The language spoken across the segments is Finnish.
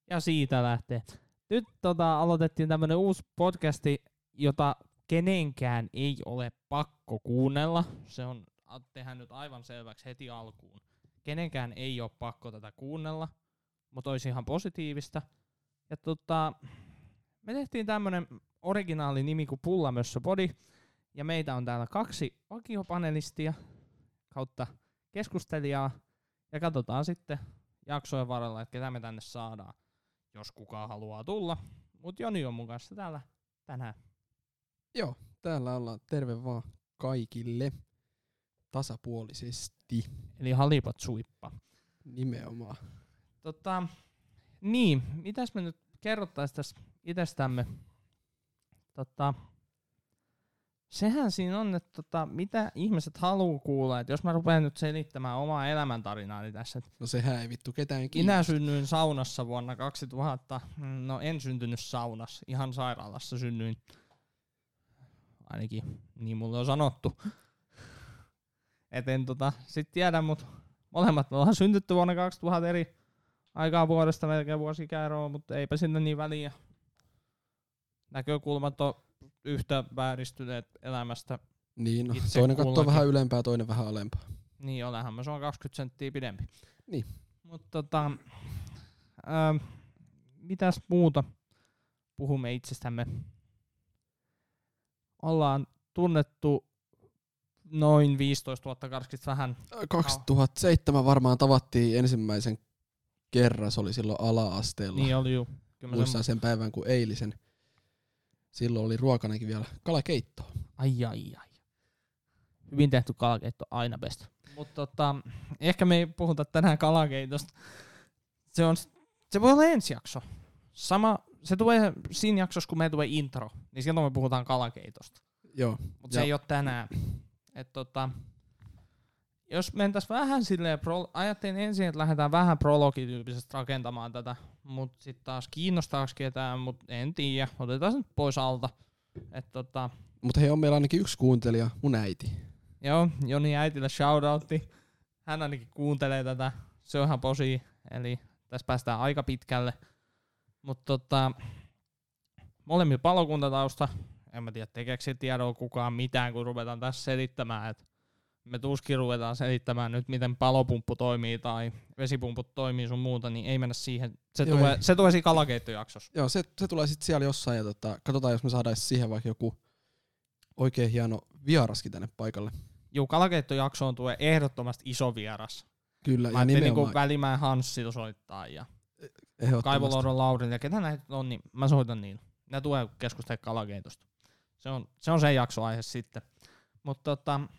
Ja siitä lähtee. Nyt aloitettiin tämmönen uusi podcasti, jota kenenkään ei ole pakko kuunnella. Se on tehdään nyt aivan selväksi heti alkuun. Kenenkään ei ole pakko tätä kuunnella, mutta olisi ihan positiivista. Ja me tehtiin tämmönen originaali nimi kuin Pullamössö Podi. Ja meitä on täällä 2 vakiopanelistia kautta keskustelijaa. Ja katsotaan sitten jaksojen varrella, että ketä me tänne saadaan, jos kukaan haluaa tulla. Mut Joni on mun kanssa täällä tänään. Joo, täällä ollaan. Terve vaan kaikille tasapuolisesti. Eli halipat suippa. Nimenomaan. Niin, mitäs me nyt kerrottais tässä itsestämme? Sehän siinä on, että mitä ihmiset haluu kuulla, että jos mä rupean nyt selittämään omaa elämäntarinaani tässä. No sehän ei vittu ketään kiinnostaa. Minä synnyin saunassa vuonna 2000. No en syntynyt saunassa, ihan sairaalassa synnyin. Ainakin niin mulle on sanottu. Et en sit tiedä, mut molemmat me ollaan syntytty vuonna 2000 eri aikaa vuodesta, melkein vuosikäeroa, mutta eipä sinne niin väliä. Näkökulmat on yhtä vääristyneet elämästä. Niin, no, toinen katsoo vähän ylempää, toinen vähän alempaa. Niin, olenhan mä, se on 20 senttiä pidempi. Niin. Mutta mitäs muuta puhumme itsestämme? Ollaan tunnettu noin 15 vuotta karskista vähän. 2007 varmaan tavattiin ensimmäisen kerran, se oli silloin ala-asteella. Niin oli juu. Muistan sen päivän kuin eilisen. Silloin oli ruokanakin vielä kalakeitto. Ai. Hyvin tehty kalakeitto, aina best. Mutta ehkä me ei puhuta tänään kalakeitosta. Se voi olla ensi jakso. Se tulee siinä jaksossa, kun me tulee intro, niin silloin me puhutaan kalakeitosta. Joo. Mutta se ei ole tänään. Jos mentäis vähän silleen, ajattelin ensin, että lähdetään vähän prologityyppisesti rakentamaan tätä, mutta sitten taas kiinnostaaks ketään, mutta en tiedä, otetaan se nyt pois alta. Mutta hei, on meillä ainakin yksi kuuntelija, mun äiti. Joo, Joni äitille shoutoutti. Hän ainakin kuuntelee tätä, se on ihan posi, eli tässä päästään aika pitkälle. Mutta molemmilla palokuntatausta, en mä tiedä tekeekö se tiedolla kukaan mitään, kun ruvetaan tässä selittämään, että me tuskin ruvetaan selittämään nyt, miten palopumppu toimii tai vesipumput toimii sun muuta, niin ei mennä siihen. Se tulee siinä kalakeittojaksossa. Joo, se tulee sitten siellä jossain ja katsotaan, jos me saadaan siihen vaikka joku oikein hieno vieraskin tänne paikalle. Joo, kalakeittojaksoon tulee ehdottomasti iso vieras. Kyllä, mä ja nimenomaan. Niin Välimäen Hanssi soittaa ja Kaivoloudon Laurin ja ketä näitä on, niin mä soitan niillä. Ne tulee keskustella kalakeitosta. Se on se jaksoaihe sitten. Mutta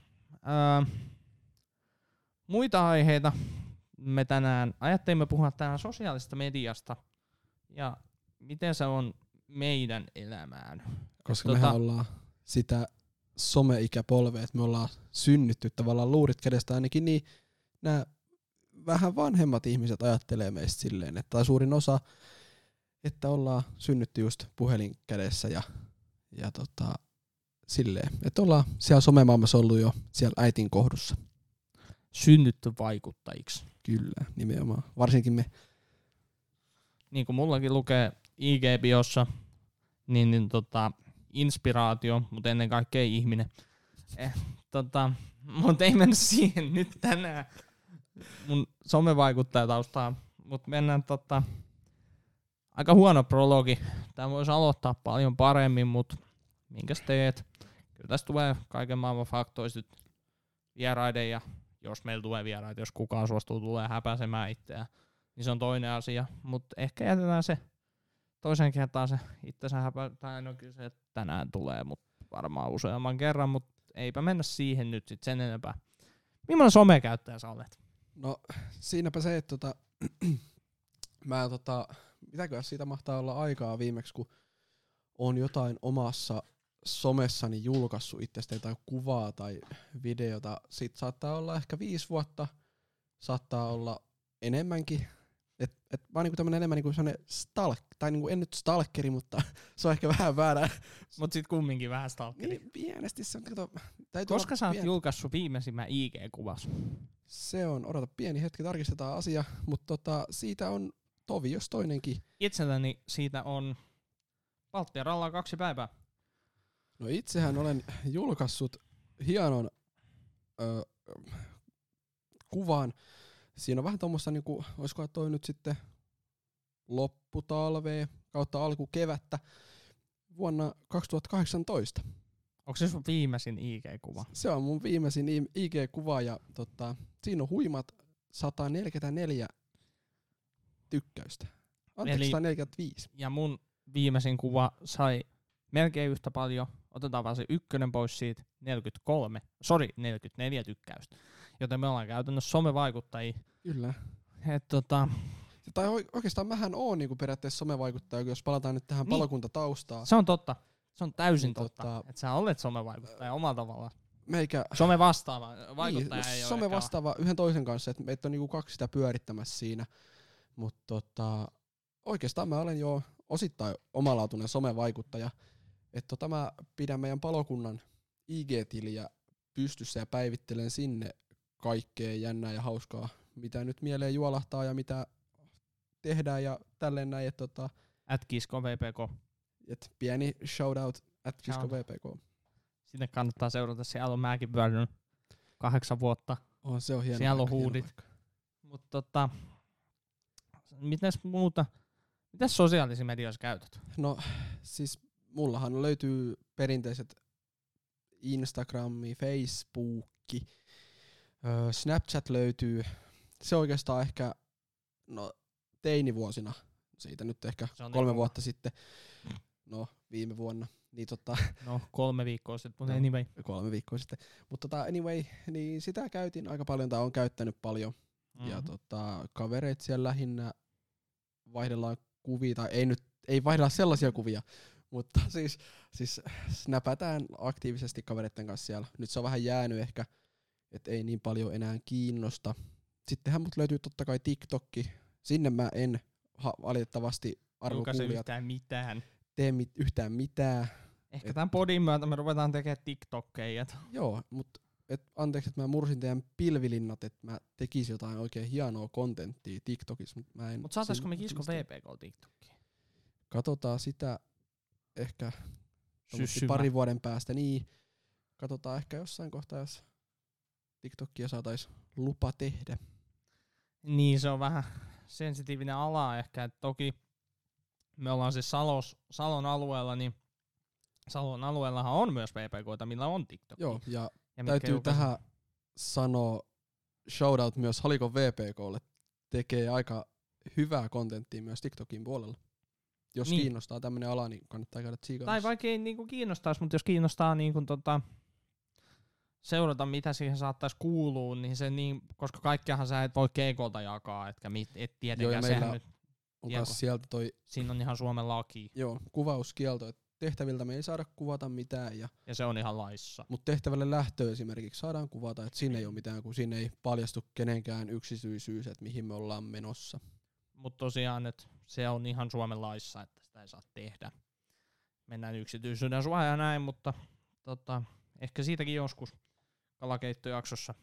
muita aiheita me tänään ajattelimme puhua tänään sosiaalisesta mediasta ja miten se on meidän elämään. Koska mehän ollaan sitä someikäpolvea, että me ollaan synnytty tavallaan luurit kädestä ainakin, niin nämä vähän vanhemmat ihmiset ajattelee meistä silleen, että suurin osa, että ollaan synnytty just puhelin kädessä ja silleen, että ollaan siellä somemaailmassa ollut jo siellä äitin kohdussa. Synnytty vaikuttajiksi. Kyllä, nimenomaan. Varsinkin me. Niin kuin mullakin lukee IG-biossa, niin inspiraatio, mutta ennen kaikkea ihminen. Mutta ei mennä siihen nyt tänään mun somevaikuttajataustaan, mutta mennään aika huono prologi. Tää voisi aloittaa paljon paremmin, mutta minkäs teet? Kyllä tästä tulee kaiken maailman faktoiset vieraiden ja jos meillä tulee vieraita, jos kukaan suostuu tulee häpäisemään itseään, niin se on toinen asia. Mutta ehkä jätetään se toisen kertaan se itsensä tai no kyllä se, että tänään tulee, mutta varmaan useamman kerran, mutta eipä mennä siihen nyt sit sen enempää. Millainen somekäyttäjä sä olet? No siinäpä se, että mä mitäköhän siitä mahtaa olla aikaa viimeksi, kun on jotain omassa somessani julkaissut itsestä jotain kuvaa tai videota. Siitä saattaa olla ehkä 5 vuotta, saattaa olla enemmänkin. Et mä oon niinku tämmönen enemmän niinku sellainen tai niinku en nyt stalkeri, mutta se on ehkä vähän väärä. Mut sit kumminkin vähän stalkeri. Niin, pienesti se on, koska sä oot julkaissut viimeisimmän IG-kuvas? Se on, odota pieni hetki, tarkistetaan asia, mutta siitä on tovi jos toinenkin. Itselläni siitä on Baltian rallaa 2 päivää. No itsehän olen julkaissut hienon kuvan. Siinä on vähän tommoista niinku, olisiko toi nyt sitten lopputalvea kautta alkukevättä vuonna 2018. Onko se sun viimeisin IG-kuva? Se on mun viimeisin IG-kuva ja siinä on huimat 144 tykkäystä. Anteeksi, 145. Ja mun viimeisin kuva sai melkein yhtä paljon. Otetaan vaan se 1 pois siitä, 44 tykkäystä. Joten me ollaan käytännössä somevaikuttajia. Kyllä. Tai oikeastaan mähän oon niinku periaatteessa somevaikuttaja, jos palataan nyt tähän palokuntataustaan. Se on totta. Se on täysin totta, että sä olet somevaikuttaja omalla tavallaan. Some vastaava vaikuttaja ei ole. Some vastaava yhden toisen kanssa, että meitä on niinku 2 sitä pyörittämässä siinä. Mutta oikeastaan mä olen jo osittain omalaatuinen somevaikuttaja. Että mä pidän meidän palokunnan IG-tiliä pystyssä ja päivittelen sinne kaikkea jännää ja hauskaa, mitä nyt mieleen juolahtaa ja mitä tehdään ja tälleen näin. @kisko_vpk. Pieni shoutout @kisko_vpk. Sinne kannattaa seurata, siellä on mäkin pyörinyt 8 vuotta. Se on hieno. Siellä on huudit. Mutta mitäs muuta? Mitäs sosiaalisia medioissa käytät? No siis mullahan löytyy perinteiset Instagrami, Facebookki, Snapchat löytyy. Se oikeastaan ehkä teinivuosina, siitä nyt ehkä 3 vuotta sitten, viime vuonna. Niin 3 viikkoa sitten, mutta anyway. 3 viikkoa sitten. Mutta anyway, niin sitä käytin aika paljon, tai on käyttänyt paljon. Mm-hmm. Ja kavereit siellä lähinnä vaihdellaan kuvia, tai ei vaihdella sellaisia kuvia, mutta siis snäpätään aktiivisesti kavereiden kanssa siellä. Nyt se on vähän jäänyt ehkä, että ei niin paljon enää kiinnosta. Sittenhän mut löytyy totta kai TikTokki. Sinne mä en valitettavasti arvokuulijat tee yhtään mitään. Ehkä tämän podin myötä me ruvetaan tekemään TikTokkeja. Joo, mutta anteeksi, että mä mursin teidän pilvilinnat, että mä tekisin jotain oikein hienoa kontenttia TikTokissa. Mutta saataisiko me Kisko VPK TikTokkiin? Katsotaan sitä ehkä parin vuoden päästä. Niin, katsotaan ehkä jossain kohtaa, jos TikTokia saataisiin lupa tehdä. Niin, se on vähän sensitiivinen ala ehkä. Et toki me ollaan siis Salon alueella, niin Salon alueellahan on myös VPK:ta, millä on TikTok. Joo, ja täytyy tähän sanoa shoutout myös Halikon VPK:lle. Tekee aika hyvää kontenttia myös TikTokin puolella. Jos kiinnostaa tämmönen ala, niin kannattaa käydä tsiikaamassa. Tai vaikka ei niinku kiinnostaisi, mutta jos kiinnostaa niinku seurata, mitä siihen saattaisi kuulua, niin se koska kaikkiahan sä et voi keikolta jakaa, etkä et tietenkään sehän nyt on kanssa sieltä siinä on ihan Suomen laki. Joo, kuvauskielto, että tehtäviltä me ei saada kuvata mitään. Ja se on ihan laissa. Mutta tehtävälle lähtö esimerkiksi saadaan kuvata, että sinne ei ole mitään, kun sinne ei paljastu kenenkään yksityisyys, että mihin me ollaan menossa. Mutta tosiaan, että se on ihan Suomen laissa, että sitä ei saa tehdä. Mennään yksityisyyden suojaan ja näin, mutta ehkä siitäkin joskus kalakeittojaksossa.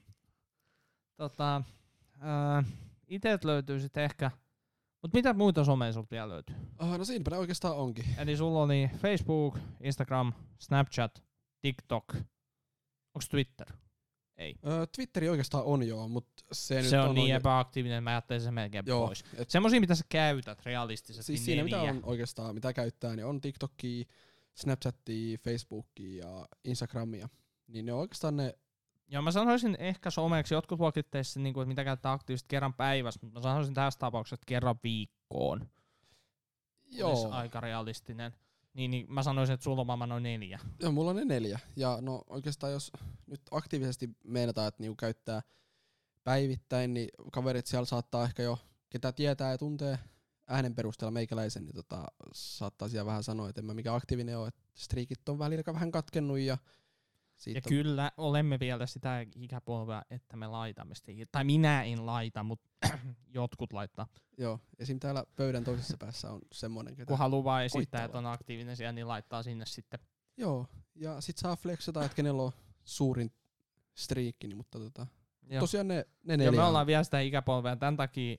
Iteet löytyy sitten ehkä. Mut mitä muita someja sulta vielä löytyy? No siinäpä ne oikeastaan onkin. Eli sulla on niin Facebook, Instagram, Snapchat, TikTok. Onks Twitter? Ei. Twitteri oikeastaan on joo, mutta se on niin epäaktiivinen, mä jättäisin sen melkein pois. Semmosia, mitä sä käytät realistisesti. Siis siinä mitä on oikeastaan, mitä käyttää, niin on TikTokia, Snapchatia, Facebookia ja Instagramia. Niin ne on oikeastaan ne. Joo, mä sanoisin ehkä someksi, jotkut luokitteissa, niin kuin, että mitä käyttää aktiivisesti kerran päivässä, mutta mä sanoisin tässä tapauksessa kerran viikkoon. Joo. Olisi aika realistinen. Niin mä sanoisin, että sulla on maailman noin 4. Joo, mulla on ne 4. Ja no oikeastaan jos nyt aktiivisesti meinataan, että niinku käyttää päivittäin, niin kaverit siellä saattaa ehkä jo, ketä tietää ja tuntee äänen perusteella meikäläisen, niin saattaa siellä vähän sanoa, että en mä mikä aktiivinen ole, että striikit on välillä vähän katkennut ja ja kyllä olemme vielä sitä ikäpolvea, että me laitamme sitä. Tai minä en laita, mutta jotkut laittaa. Joo, esim. Täällä pöydän toisessa päässä on semmonen, ketä kun haluaa esittää, että on aktiivinen siellä, niin laittaa sinne sitten. Joo, ja sit saa flexata, että kenellä on suurin striikki, mutta tosiaan ne 4. Joo, me ollaan vielä sitä ikäpolvea, tämän takia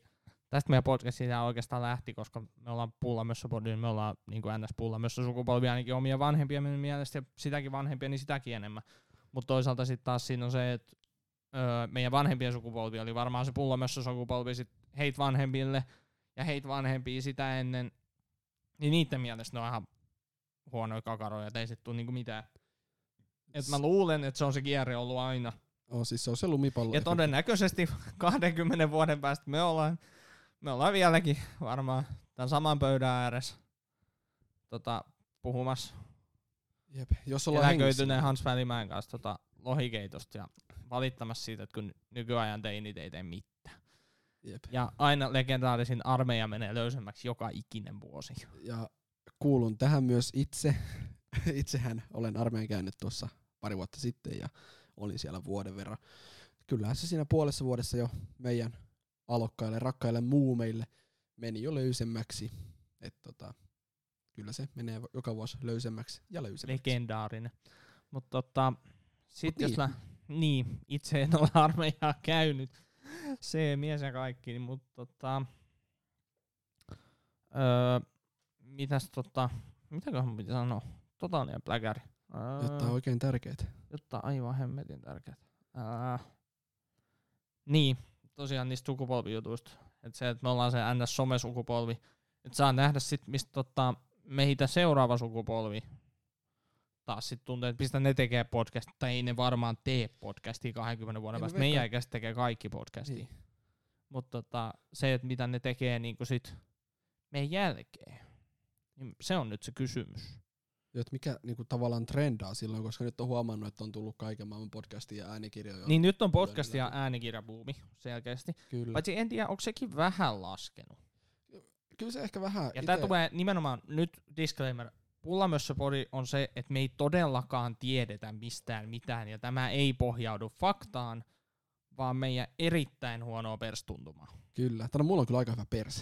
tästä meidän podcastia oikeastaan lähti, koska me ollaan Pullamössöpodi, niin me ollaan niin kuin NS Pullamössö sukupolvia ainakin omia vanhempia mielestä ja sitäkin vanhempia, niin sitäkin enemmän. Mutta toisaalta sitten taas siinä on se, että meidän vanhempien sukupolvi oli varmaan se Pullamössö sukupolvi sit heit vanhempille ja heit vanhempia sitä ennen, niin niiden mielestä ne on ihan huonoja kakaroja, et ei sit tuu niinku mitään. Et mä luulen, että se on se kierre ollut aina. Siis se on se lumipallo. Ja todennäköisesti 20 vuoden päästä me ollaan vieläkin varmaan tämän saman pöydän ääressä puhumassa Jep. Jos ollaan eläköityneen Hans Välimäen kanssa lohikeitosta ja valittamassa siitä, että kun nykyajan teinit ei tee mitään. Jep. Ja aina legendaarisin armeija menee löysemmäksi joka ikinen vuosi. Ja kuulun tähän myös itse. Itsehän olen armeijan käynyt tuossa pari vuotta sitten ja olin siellä vuoden verran. Kyllähän se siinä puolessa vuodessa jo meidän alokkaille, rakkaille muumeille meni jo löysemmäksi. Kyllä se menee joka vuosi löysemmäksi ja löysemmäksi. Legendaarinen. Mutta sitten jos niin, itse en ole armeijaa käynyt. Se mies ja kaikki, mutta mitäköhän piti sanoa? Totaalinen pläkäri. Jotta oikein tärkeet. Jotta aivan hemmetin tärkeät. Niin, tosiaan niistä sukupolvijutuista. Että se, että me ollaan se NS-somesukupolvi. Että saa nähdä sit, mistä meitä seuraava sukupolvi taas sit tuntuu, että mistä ne tekee podcastia. Tai ei ne varmaan tee podcastia 20 vuoden päästä. Meidän ikäiset tekee kaikki podcastia. Niin. Mutta se, että mitä ne tekee niinku sit meidän jälkeen, niin se on nyt se kysymys. Että mikä niinku tavallaan trendaa silloin, koska nyt on huomannut, että on tullut kaiken maailman podcastia ja äänikirjoja. Niin nyt on podcast ja äänikirjabuumi selkeästi. Kyllä. Paitsi en tiedä, onko sekin vähän laskenut. Kyllä se ehkä vähän. Ja tää tulee nimenomaan nyt disclaimer. Pullamössöpodi on se, että me ei todellakaan tiedetä mistään mitään ja tämä ei pohjaudu faktaan, vaan meidän erittäin huonoa perstuntumaa. Kyllä. Mulla on kyllä aika hyvä perse.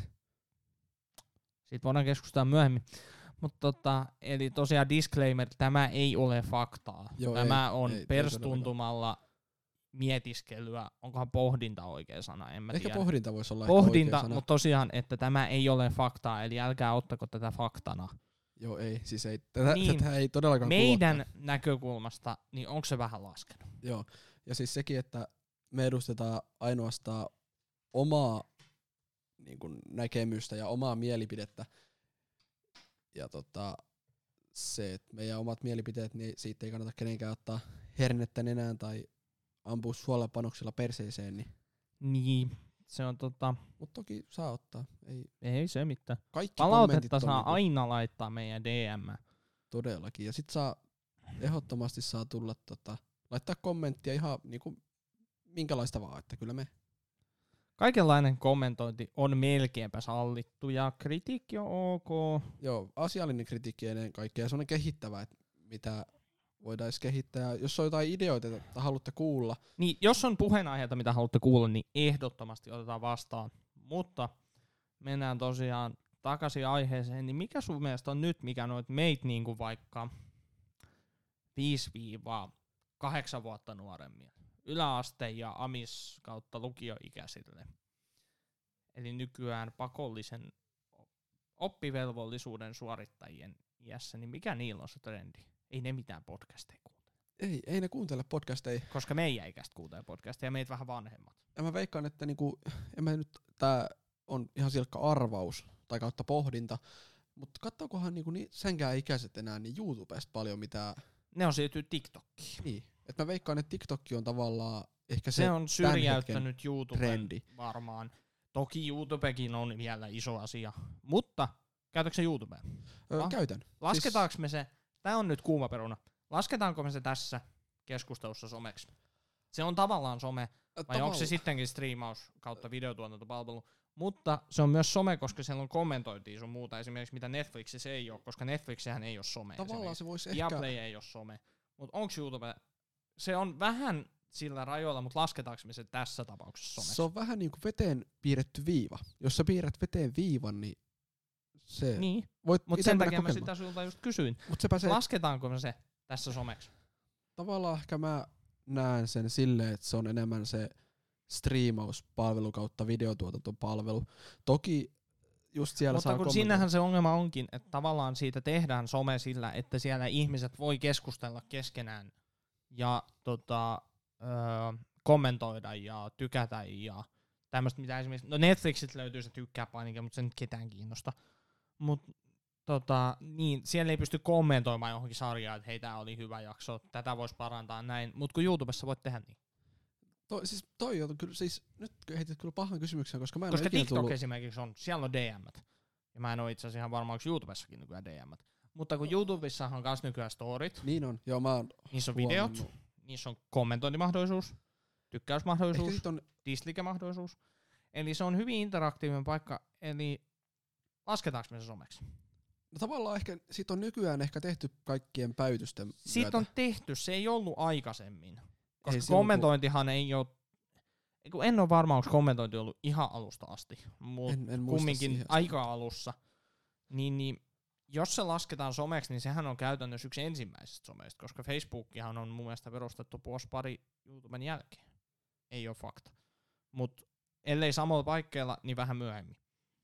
Siitä voidaan keskustella myöhemmin. Mutta eli tosiaan disclaimer, tämä ei ole faktaa. Joo, tämä on perstuntumalla mietiskelyä. Onkohan pohdinta oikea sana? En mä ehkä tiedä. Pohdinta voisi olla pohdinta, mutta tosiaan, että tämä ei ole faktaa, eli älkää ottako tätä faktana. Joo, ei. Siis ei. Tätä ei todellakaan meidän näkökulmasta, niin onko se vähän laskenut? Joo. Ja siis sekin, että me edustetaan ainoastaan omaa niin kuin näkemystä ja omaa mielipidettä. Ja se, että meidän omat mielipiteet, niin siitä ei kannata kenenkään ottaa hernettä nenään tai ampua suolapanoksilla perseeseen. Niin, se on Mut toki saa ottaa. Ei se mitään. Kaikki palautetta saa niinku aina laittaa meidän DM. Todellakin. Ja sit ehdottomasti saa tulla laittaa kommenttia ihan niinku minkälaista vaan, että kyllä me. Kaikenlainen kommentointi on melkeinpä sallittu ja kritiikki on ok. Joo, asiallinen kritiikki ennen kaikkea ja semmoinen kehittävä, että mitä voidaan kehittää. Jos on jotain ideoita, että haluatte kuulla. Niin, jos on puheenaiheita, mitä haluatte kuulla, niin ehdottomasti otetaan vastaan. Mutta mennään tosiaan takaisin aiheeseen, niin mikä sun mielestä on nyt, mikä noit meitä niinku vaikka 5-8 vuotta nuoremmin? Yläaste- ja amis kautta lukioikäisille. Eli nykyään pakollisen oppivelvollisuuden suorittajien iässä, niin mikä niillä on se trendi? Ei ne mitään podcasteja kuuntele. Ei ne kuuntele podcasteja. Koska meidän ikäistä kuuntelee podcasteja ja meitä vähän vanhemmat. Ja mä veikkaan, että tää on ihan silkka arvaus tai kautta pohdinta, mutta kattookohan senkään ikäiset enää niin YouTubesta paljon mitä. Ne on siirtynyt TikTokiin. Niin. Et mä veikkaan, että TikTok on tavallaan ehkä se on syrjäyttänyt YouTuben trendi. Varmaan. Toki YouTubekin on vielä iso asia. Mutta käytätkö se YouTubea? Käytän. Lasketaanko me se, tää on nyt kuuma peruna, lasketaanko me se tässä keskustelussa someksi? Se on tavallaan some, vai onko se sittenkin striimaus kautta videotuotantopalvelu? Mutta se on myös some, koska siellä on kommentointia sun muuta, esimerkiksi mitä Netflixissä ei ole, koska Netflixihän ei ole some. Tavallaan se voisi ehkä. Viaplay ei ole some. Mutta onko YouTube, se on vähän sillä rajoilla, mutta lasketaanko me se tässä tapauksessa someksi? Se on vähän niin kuin veteen piirretty viiva. Jos sä piirrät veteen viivan, niin se... Niin, mutta sen takia mä sitä sulta just kysyin. Lasketaanko me se tässä someksi? Tavallaan ehkä mä näen sen silleen, että se on enemmän se striimauspalvelu kautta videotuotantopalvelu. Toki just siellä saa Mutta kun sinnehän se ongelma onkin, että tavallaan siitä tehdään some sillä, että siellä ihmiset voi keskustella keskenään ja kommentoida ja tykätä ja tämmöistä, mitä esimerkiksi, no Netflixit löytyy se tykkää-painike, mutta se nyt ketään kiinnosta. Mutta niin, siellä ei pysty kommentoimaan johonkin sarjaan, että hei, tää oli hyvä jakso, tätä voisi parantaa näin, mutta kun YouTubessa voit tehdä niin. Toi on kyllä, siis nyt heitit kyllä pahan kysymyksen, koska mä en Koska ole ikinä TikTok tullut... esimerkiksi on, siellä on DM:t. Ja mä en oo itse asiassa ihan varma, onko YouTubessakin nykyään DM:t. Mutta kun YouTubessa on kans nykyään storit, Niin on, joo mä oon niissä on videot, niissä on kommentointimahdollisuus, tykkäysmahdollisuus, dislike-mahdollisuus. Eli se on hyvin interaktiivinen paikka, eli lasketaanko me se someksi? No tavallaan ehkä, sit on nykyään ehkä tehty kaikkien päivitysten Siitä myötä. on tehty, se ei ollut aikaisemmin. Koska silloin, kommentointihan ei oo, en oo varma, onko kommentointi ollut ihan alusta asti, mutta en muista kumminkin siihen. aika alussa, niin jos se lasketaan someksi, niin sehän on käytännössä yksi ensimmäisistä someista, koska Facebookihan on mun mielestä perustettu pari YouTuben jälkeen. Ei oo fakta. Mut ellei samalla paikkeilla, niin vähän myöhemmin.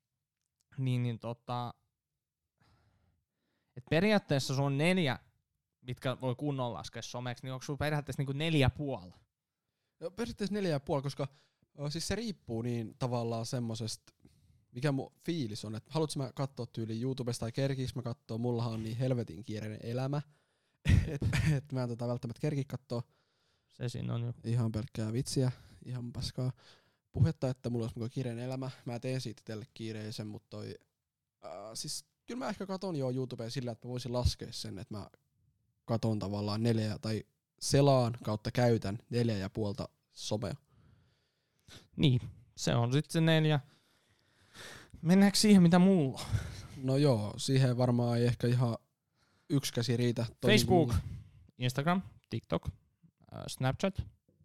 Et periaatteessa se on 4, mitkä voi kunnolla laskea someksi, niin onko sulla periaatteessa niinku 4,5? No, periaatteessa 4,5, koska siis se riippuu niin tavallaan semmosesta, mikä mun fiilis on, että haluatko mä katsoa tyyliin YouTubesta tai kerkiiks mä kattoo, mullahan on niin helvetin kiireinen elämä, että mä en välttämättä kerki kattoo. Se siinä on jo. Ihan pelkkää vitsiä, ihan paskaa puhetta, että mulla olisi mukaan kiireinen elämä. Mä teen siitä tälle kiireisen, mutta siis kyllä mä ehkä katon jo YouTubea sillä, että mä voisin laskea sen, että mä katon tavallaan 4 tai selaan kautta käytän 4,5 somea. Niin, se on sitten se 4. Mennäänkö siihen, mitä mulla on? No joo, siihen varmaan ei ehkä ihan yksi käsi riitä. Facebook, Instagram, TikTok, Snapchat.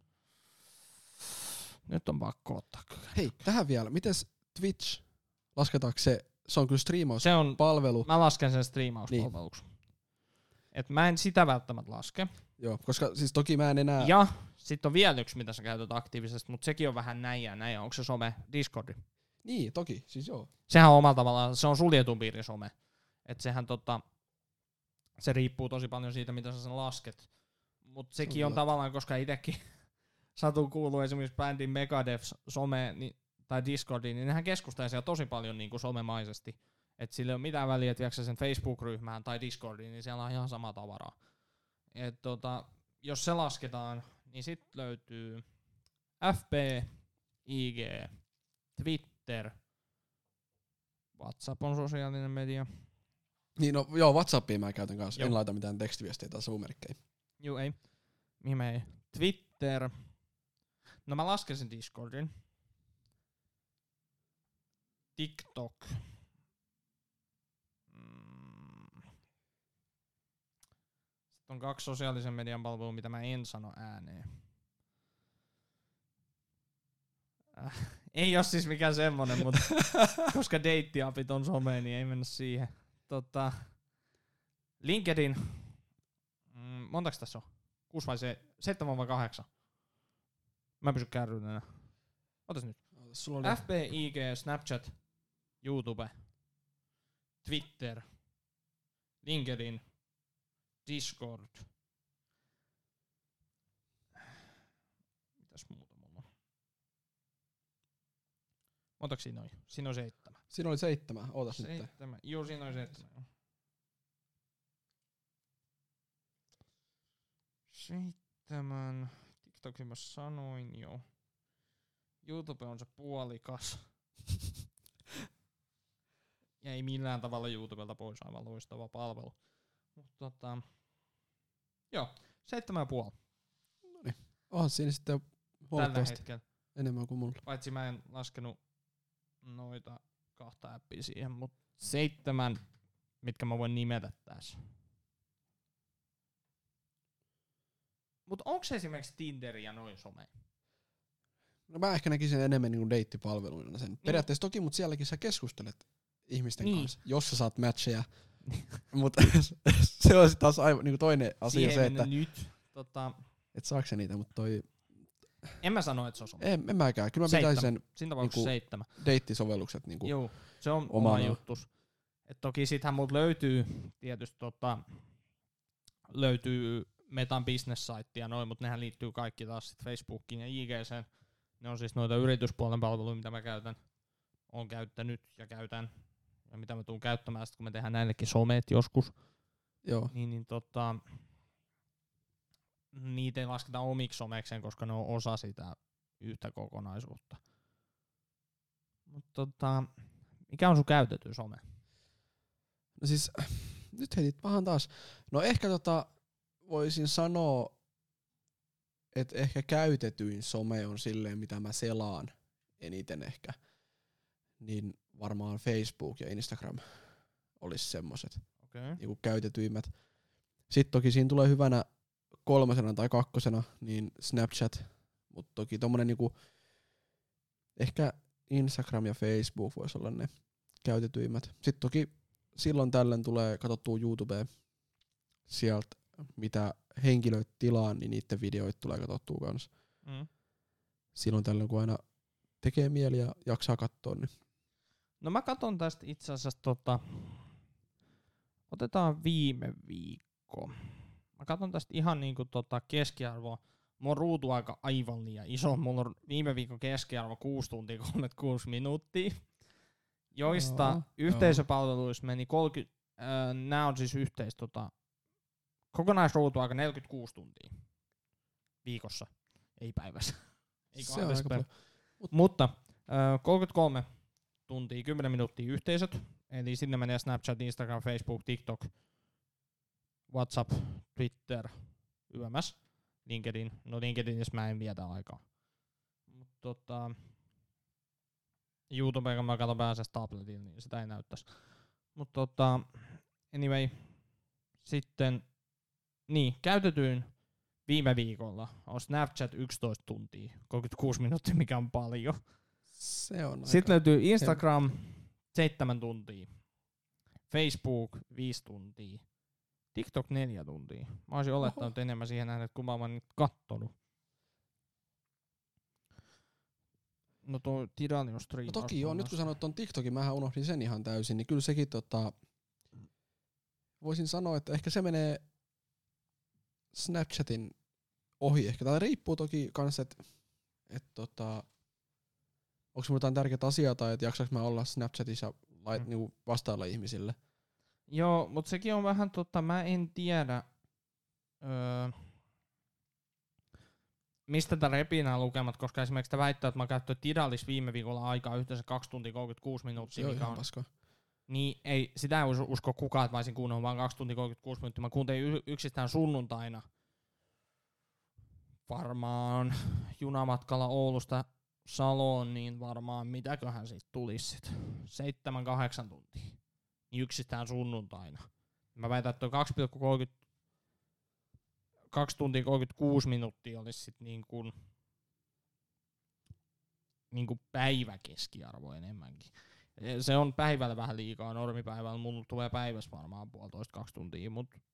Nyt on pakko ottaa. Hei, tähän vielä. Mites Twitch? Lasketaanko se? Se on kyllä striimauspalvelu. Mä lasken sen striimauspalveluksi. Niin. Et mä en sitä välttämättä laske. Joo, koska siis toki mä en enää... Ja sit on vielä yksi, mitä sä käytät aktiivisesti, mutta sekin on vähän näin ja näin. Onko se some? Discordi. Niin, toki, siis joo. Sehän on omalla tavallaan, se on suljetun piirin some. Et sehän se riippuu tosi paljon siitä, mitä sä sen lasket. Mut sekin on tavallaan, koska itekin satun kuuluu esimerkiksi bändin Megadeths some tai Discordiin, niin nehän keskustelee siellä tosi paljon niin kuin somemaisesti. Et sillä ei ole mitään väliä, että viekö sen Facebook-ryhmään tai Discordiin, niin siellä on ihan sama tavaraa. Et jos se lasketaan, niin sit löytyy FB, IG, Twitter, WhatsApp on sosiaalinen media. Niin no joo, WhatsAppia mä käytän kanssa. En laita mitään tekstiviestejä tai savumerkkejä. Juu, ei. Mihin me ei? Twitter. No mä lasken sen Discordin. TikTok. Sitten on 2 sosiaalisen median palvelua, mitä mä en sano ääneen. Ei oo siis mikään semmonen, mutta koska deittiapit on some, niin ei mennä siihen. LinkedIn. Montaks tässä on? 6 vai 7 vai 8? Mä en pysy kärryyn enää. Otas nyt. Sulla oli FB, IG, Snapchat, YouTube, Twitter, LinkedIn, Discord. Mitäs muuta mulla on? Montaks siinä on? Siinä on 7. Siinä oli 7. Ootas nyt. 7. Joo, siinä on 7. 7. TikTokin mä sanoin jo. YouTube on se puolikas. Ja ei millään tavalla YouTubelta pois, aivan loistava palvelu. Mutta joo, 7,5. Noniin. Onhan siinä sitten Tällä huomattavasti hetkellä. enemmän kuin mulla. Paitsi mä en laskenut noita 2 appia siihen, mutta 7, mitkä mä voin nimetä tässä. Mut onks esimerkiksi Tinder ja noin some? No mä ehkä näkisin enemmän niinku deittipalveluina sen. Periaatteessa toki, mutta sielläkin sä keskustelet ihmisten kanssa, jos sä saat matcheja. Mutta se on taas aivan niinku toinen asia siihen se, että nyt. et saako niitä, mutta toi En mä sano, että se on some. En mäkään. Kyllä mä pitäisin sen Siinä tapauksessa 7. deittisovellukset niinku Joo, se on omana. oma juttus. Et toki sittenhän mut löytyy tietysti löytyy Metan business-site ja noin, mutta nehän liittyy kaikki taas sit Facebookiin ja IG:seen. Ne on siis noita yrityspuolen palveluja, mitä mä oon käyttänyt ja käytän. Ja mitä mä tuun käyttämään sit, kun me tehdään näillekin somet joskus. Joo. Niitä ei lasketa omiksi somekseen, koska ne on osa sitä yhtä kokonaisuutta. Mutta mikä on sun käytetty some? No siis, nyt heitit pahan taas. No ehkä voisin sanoa, että ehkä käytetyin some on silleen, mitä mä selaan eniten ehkä. Niin varmaan Facebook ja Instagram olisi semmoset niinku käytetyimmät. Sitten toki siinä tulee hyvänä 3. tai 2. niin Snapchat, mutta toki tommonen niinku ehkä Instagram ja Facebook voisi olla ne käytetyimmät. Sitten toki silloin tällöin tulee katsottua YouTubea sieltä, mitä henkilöt tilaa, niin niiden videoita tulee katsottua kanssa. Silloin tällöin, kun aina tekee mieli ja jaksaa katsoa. Niin. No mä katon tästä itse asiassa otetaan viime viikko. Mä katon tästä ihan niinku keskiarvoa. Mulla on ruutuaika aivan liian iso. Mulla on viime viikon keskiarvo 6 tuntia 36 minuuttia. Joista yhteisöpalveluissa meni 30, nää on siis kokonaisruutuaika 46 tuntia viikossa, ei päivässä. Ei se on aika paljon. Mutta 33 tuntia, 10 minuuttia yhteisöt, eli sinne menee Snapchat, Instagram, Facebook, TikTok, WhatsApp, Twitter, YMS, LinkedIn. No LinkedInissä mä en vietä aikaa. Mutta YouTubeen mä katon pääasiassa tabletilla, niin sitä ei näyttäisi. Mutta anyway, sitten käytetyin viime viikolla on Snapchat 11 tuntia, 36 minuuttia, mikä on paljon. Se on sitten löytyy Instagram 7 tuntia, Facebook 5 tuntia, TikTok 4 tuntia. Mä olisin olettanut enemmän siihen nähden, kun mä oon nyt kattonut. No tuo Tidal on striimaus. No toki joo, nyt kun sanoit ton TikTokin, mähän unohdin sen ihan täysin, niin kyllä sekin voisin sanoa, että ehkä se menee Snapchatin ohi ehkä. Tää riippuu toki kans, että onko mulla jotain tärkeät asiaa tai että jaksaks mä olla Snapchatissa niinku vastailla ihmisille. Joo, mut sekin on vähän mä en tiedä mistä tää repinää lukemat, koska esimerkiksi tää väittää, että mä käyttöin Tidalis viime viikolla aikaa yhteensä 2 tuntia 36 minuuttia. Se on ihan paska. Niin ei, sitä ei usko kukaan, että mä olisin kuunnellut vaan 2 tuntia 36 minuuttia. Mä kuuntelin yksistään sunnuntaina varmaan junamatkalla Oulusta Saloon, niin varmaan mitäköhän siitä tulisi sit 7-8 tuntia. Niin yksistään sunnuntaina. Mä väitän, että 2 tuntia 36 minuuttia olisi sit niin kuin päiväkeskiarvo enemmänkin. Se on päivällä vähän liikaa, normipäivällä mulla tulee päivässä varmaan 1,5-2 tuntia,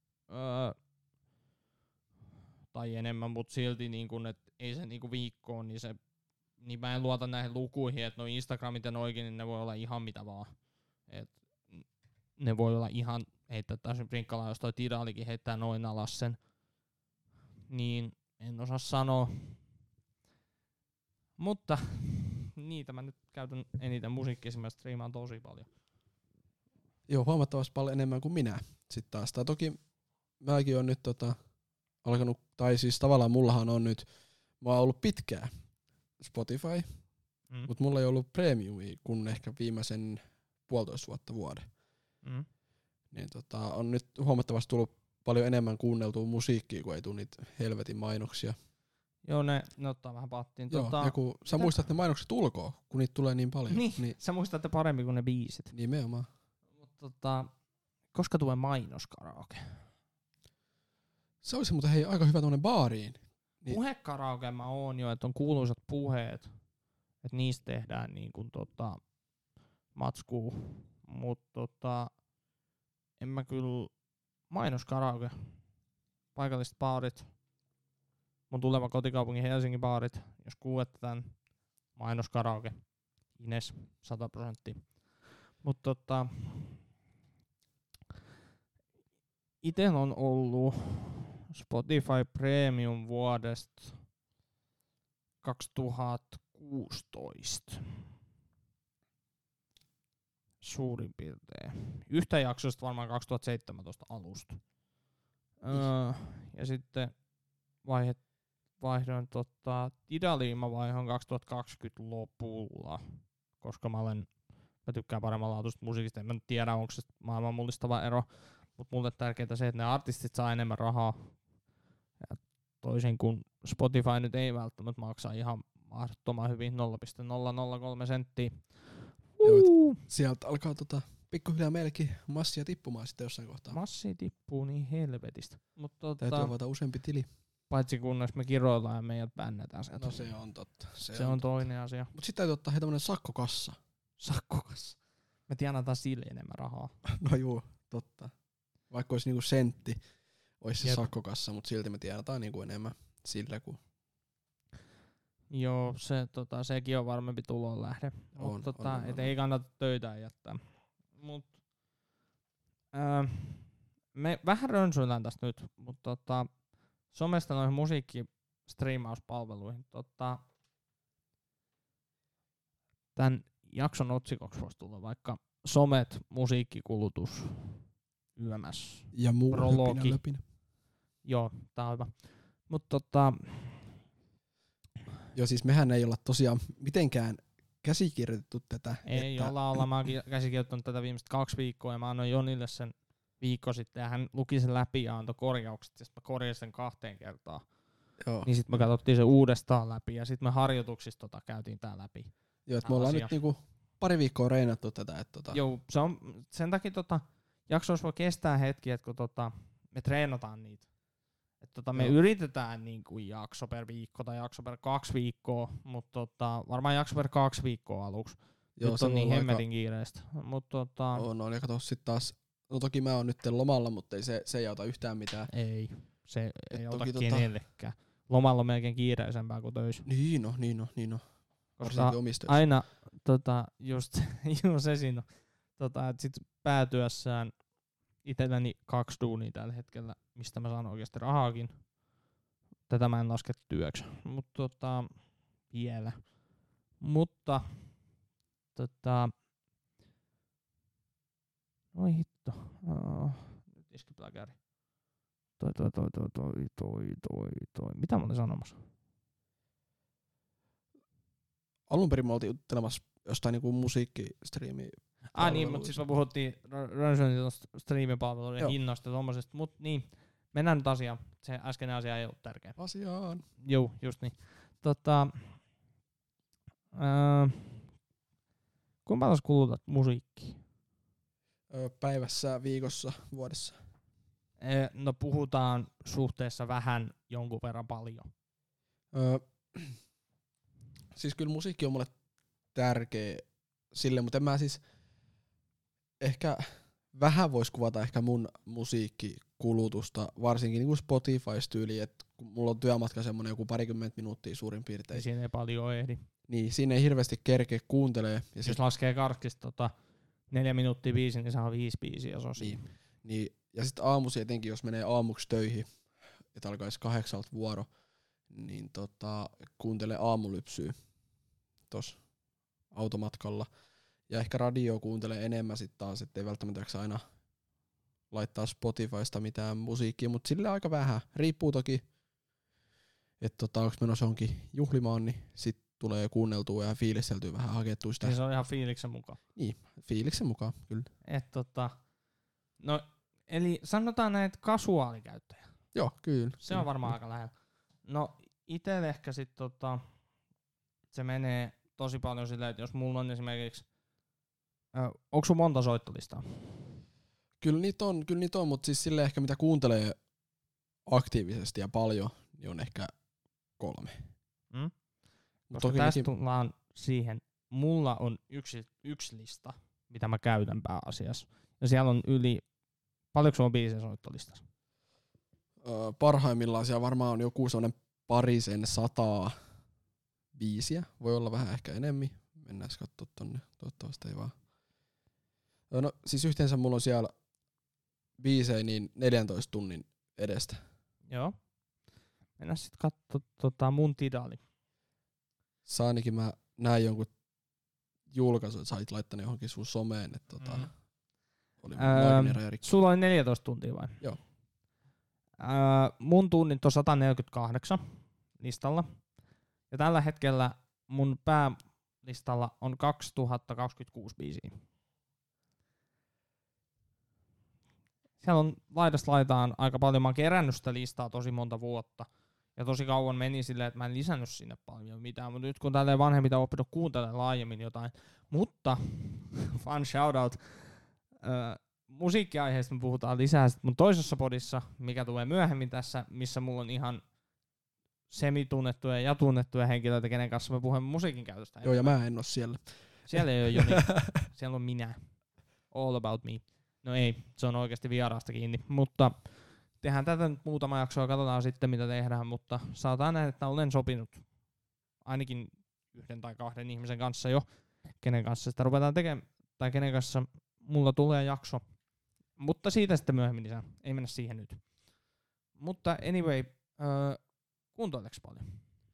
tai enemmän, mut silti niin kun, et ei se niinku viikkoon, niin mä en luota näihin lukuihin, että no Instagramit ja noikin, niin ne voi olla ihan mitä vaan. Et ne voi olla ihan, heittää täysin prinkkalaan, jos toi Tidalikin heittää noin alas sen, niin en osaa sanoa. Mutta niitä mä nyt käytän eniten musiikkia, mä striimaan tosi paljon. Joo, huomattavasti paljon enemmän kuin minä sit taas. Tai toki mäkin on nyt alkanut, tai siis tavallaan mullahan on nyt, mä oon ollut pitkään Spotify, mutta mulla ei ollut premiumia kun ehkä viimeisen 1,5 vuoden. Niin on nyt huomattavasti tullut paljon enemmän kuunneltua musiikkia, kun ei tule niitä helvetin mainoksia. Joo, ne ottaa vähän pattiin. Joo, kun sä muistat ne mainokset ulkoa, kun niitä tulee niin paljon. Niin. Sä muistat ne paremmin kuin ne biisit. Nimenomaan. Koska tulee mainoskaraoke? Se olisi muuten aika hyvä tuonne baariin. Niin. Puhekaraoke mä oon jo, että on kuuluisat puheet, että niistä tehdään niin kuin matskuu. Mutta en mä kyllä mainoskaraoke, paikalliset baarit. mun tuleva kotikaupungin Helsingin baarit, jos kuulette tän mainos karaoke, Ines 100%. Mut iten on ollut Spotify Premium vuodesta 2016. Suurin piirtein. Yhtä jaksosta varmaan 2017 alusta. Ja sitten vaihdoin Tidaliin mä vaihdoin 2020 lopulla, koska mä tykkään paremmanlaatuista musiikista. En mä nyt tiedä, onko se maailman mullistava ero, mutta mulle tärkeintä se, että ne artistit saa enemmän rahaa. Ja toisin kuin Spotify nyt ei välttämättä maksaa ihan mahdottoman hyvin 0,003 senttiä. Sieltä alkaa pikkuhiljaa meillekin massia tippumaan sitten jossain kohtaa. Massi tippuu niin helvetistä. Täytyy avata useampi tili. Paitsi kunnes me kiroillaan ja meidät bännetään sieltä. No se on totta. Se on toinen asia. Mut sit täytyy ottaa tämmönen sakkokassa. Sakkokassa. Me tienataan sille enemmän rahaa. No juu, totta. Vaikka olisi niinku sentti, olisi se sakkokassa, mut silti me tienataan niinku enemmän sillä kuin... Joo, sekin on varmempi tulonlähde. On. Et ei kannata töitä jättää. Mut, me vähän rönsyillään tästä nyt, mutta somesta noihin musiikkistriimauspalveluihin. Tän jakson otsikoksi voisi tulla vaikka somet, musiikkikulutus, YMS, ja muu prologi. läpinä. Joo, tää on hyvä. Mut Joo, siis mehän ei olla tosiaan mitenkään käsikirjoitettu tätä. Ei olla. Mä oon käsikirjoittanut tätä viimeiset 2 viikkoa ja mä annoin Jonille sen viikko sitten ja hän luki sen läpi ja antoi korjaukset ja sit mä korjasin sen 2 kertaa. Joo. Niin sit me katsottiin se uudestaan läpi ja sit me harjoituksissa käytiin tää läpi. Joo, että me ollaan nyt niinku pari viikkoa reinattu tätä. Joo, se on sen takia jaksoissa voi kestää hetki, että kun me treenataan niitä. Että me yritetään niinku jakso per viikko tai jakso per 2 viikkoa, mutta varmaan jakso per 2 viikkoa aluksi. Joo, nyt on niin hemmetin kiireistä. On, ja kato sit taas, no toki mä oon nyt lomalla, mutta se ei auta yhtään mitään. Ei, se ei auta kenellekään. Lomalla on melkein kiireisempää kuin töissä. Niin on. Koska aina just se siinä on, että sit päätyessään itselläni 2 duunia tällä hetkellä, mistä mä saan oikeasti rahaakin. Tätä mä en laske työksi, mutta vielä. Mutta oi hitto. Nyt iski pläkäri. Toi. Mitä mä olin sanomassa? Alun perin me oltiin juttelemassa jostain niinku musiikkistriimiä. Niin, mutta siis me puhuttiin Rönsynin striimipalveluiden hinnoista ja tommosesta, mut niin, mennään nyt asiaan. Se äskeinen asia ei ollut tärkeä. Asiaan. Joo, just niin. Kuinka paljon kulutat musiikkia? Päivässä, viikossa, vuodessa. No puhutaan suhteessa vähän jonkun verran paljon. Siis kyllä musiikki on mulle tärkeä sille, mutta en mä siis vähän vois kuvata ehkä mun musiikkikulutusta, varsinkin niin kuin Spotify-tyyliin, että kun mulla on työmatka semmonen joku 20 minuuttia suurin piirtein. Siinä ei paljon ehdi. Niin, siinä ei hirveästi kerkeä kuuntelee. Ja jos laskee karkkista 4 minuuttia biisi, niin se on 5 biisiä sosia. Niin, ja sit aamusi etenkin, jos menee aamuksi töihin, että alkaisi 8 vuoro, niin kuuntelee aamulypsyä tossa automatkalla. Ja ehkä radio kuuntelee enemmän sit taas, ettei välttämättä aina laittaa Spotifysta mitään musiikkia, mutta sille aika vähän. Riippuu toki, että onko menossa johonkin juhlimaan, niin sit tulee kuunneltua ja fiilisteltyä vähän hakettua sitä. Niin se on ihan fiiliksen mukaan. Niin, fiiliksen mukaan, kyllä. No, eli sanotaan näitä kasuaalikäyttäjä. Joo, kyllä. Se on varmaan aika lähellä. No, itelle ehkä sit se menee tosi paljon silleen, että jos mulla on esimerkiksi, onko sun monta soittolistaa? Kyllä niitä on, mutta siis silleen ehkä mitä kuuntelee aktiivisesti ja paljon, niin on ehkä 3. Koska tästä tullaan siihen, mulla on yksi lista, mitä mä käytän pääasiassa. Ja siellä on paljonko sulla on biisejä soittolistassa? Parhaimmillaan siellä varmaan on joku sellainen parisen 100 biisiä. Voi olla vähän ehkä enemmän. Mennään katsoa tonne. Toivottavasti ei vaan. No siis yhteensä mulla on siellä biisejä niin 14 tunnin edestä. Joo. Mennään sit kattoo mun Tidali. Saanikin mä näin jonkun julkaisun, että sä olit laittanut johonkin sun someen, että oli maaginen raja rikki. Sulla oli 14 tuntia vai? Joo. Mun tunnit on 148 listalla. Ja tällä hetkellä mun päälistalla on 2026 biisiä. Siellä on laidasta laitaan aika paljon. Mä oon kerännyt sitä listaa tosi monta vuotta. Ja tosi kauan meni silleen, että mä en lisännyt sinne paljon mitään. Mutta nyt kun tälleen vanhemmita on oppinut kuuntelemaan laajemmin jotain. Mutta, fun shoutout. Musiikkiaiheesta me puhutaan lisää sit mun toisessa podissa, mikä tulee myöhemmin tässä, missä mulla on ihan semitunnettuja ja tunnettuja henkilöitä, kenen kanssa me puhumme musiikin käytöstä. Joo, ja mä en oo siellä. Siellä ei ole Joni. Siellä on minä. All about me. No ei, se on oikeasti vieraasta kiinni, mutta tehdään tätä nyt muutama jaksoa, katsotaan sitten mitä tehdään, mutta saataan nähdä, että olen sopinut ainakin 1 tai 2 ihmisen kanssa jo, kenen kanssa sitä ruvetaan tekemään, tai kenen kanssa mulla tulee jakso, mutta siitä sitten myöhemmin lisää, ei mennä siihen nyt. Mutta anyway, kuuntoileks paljon?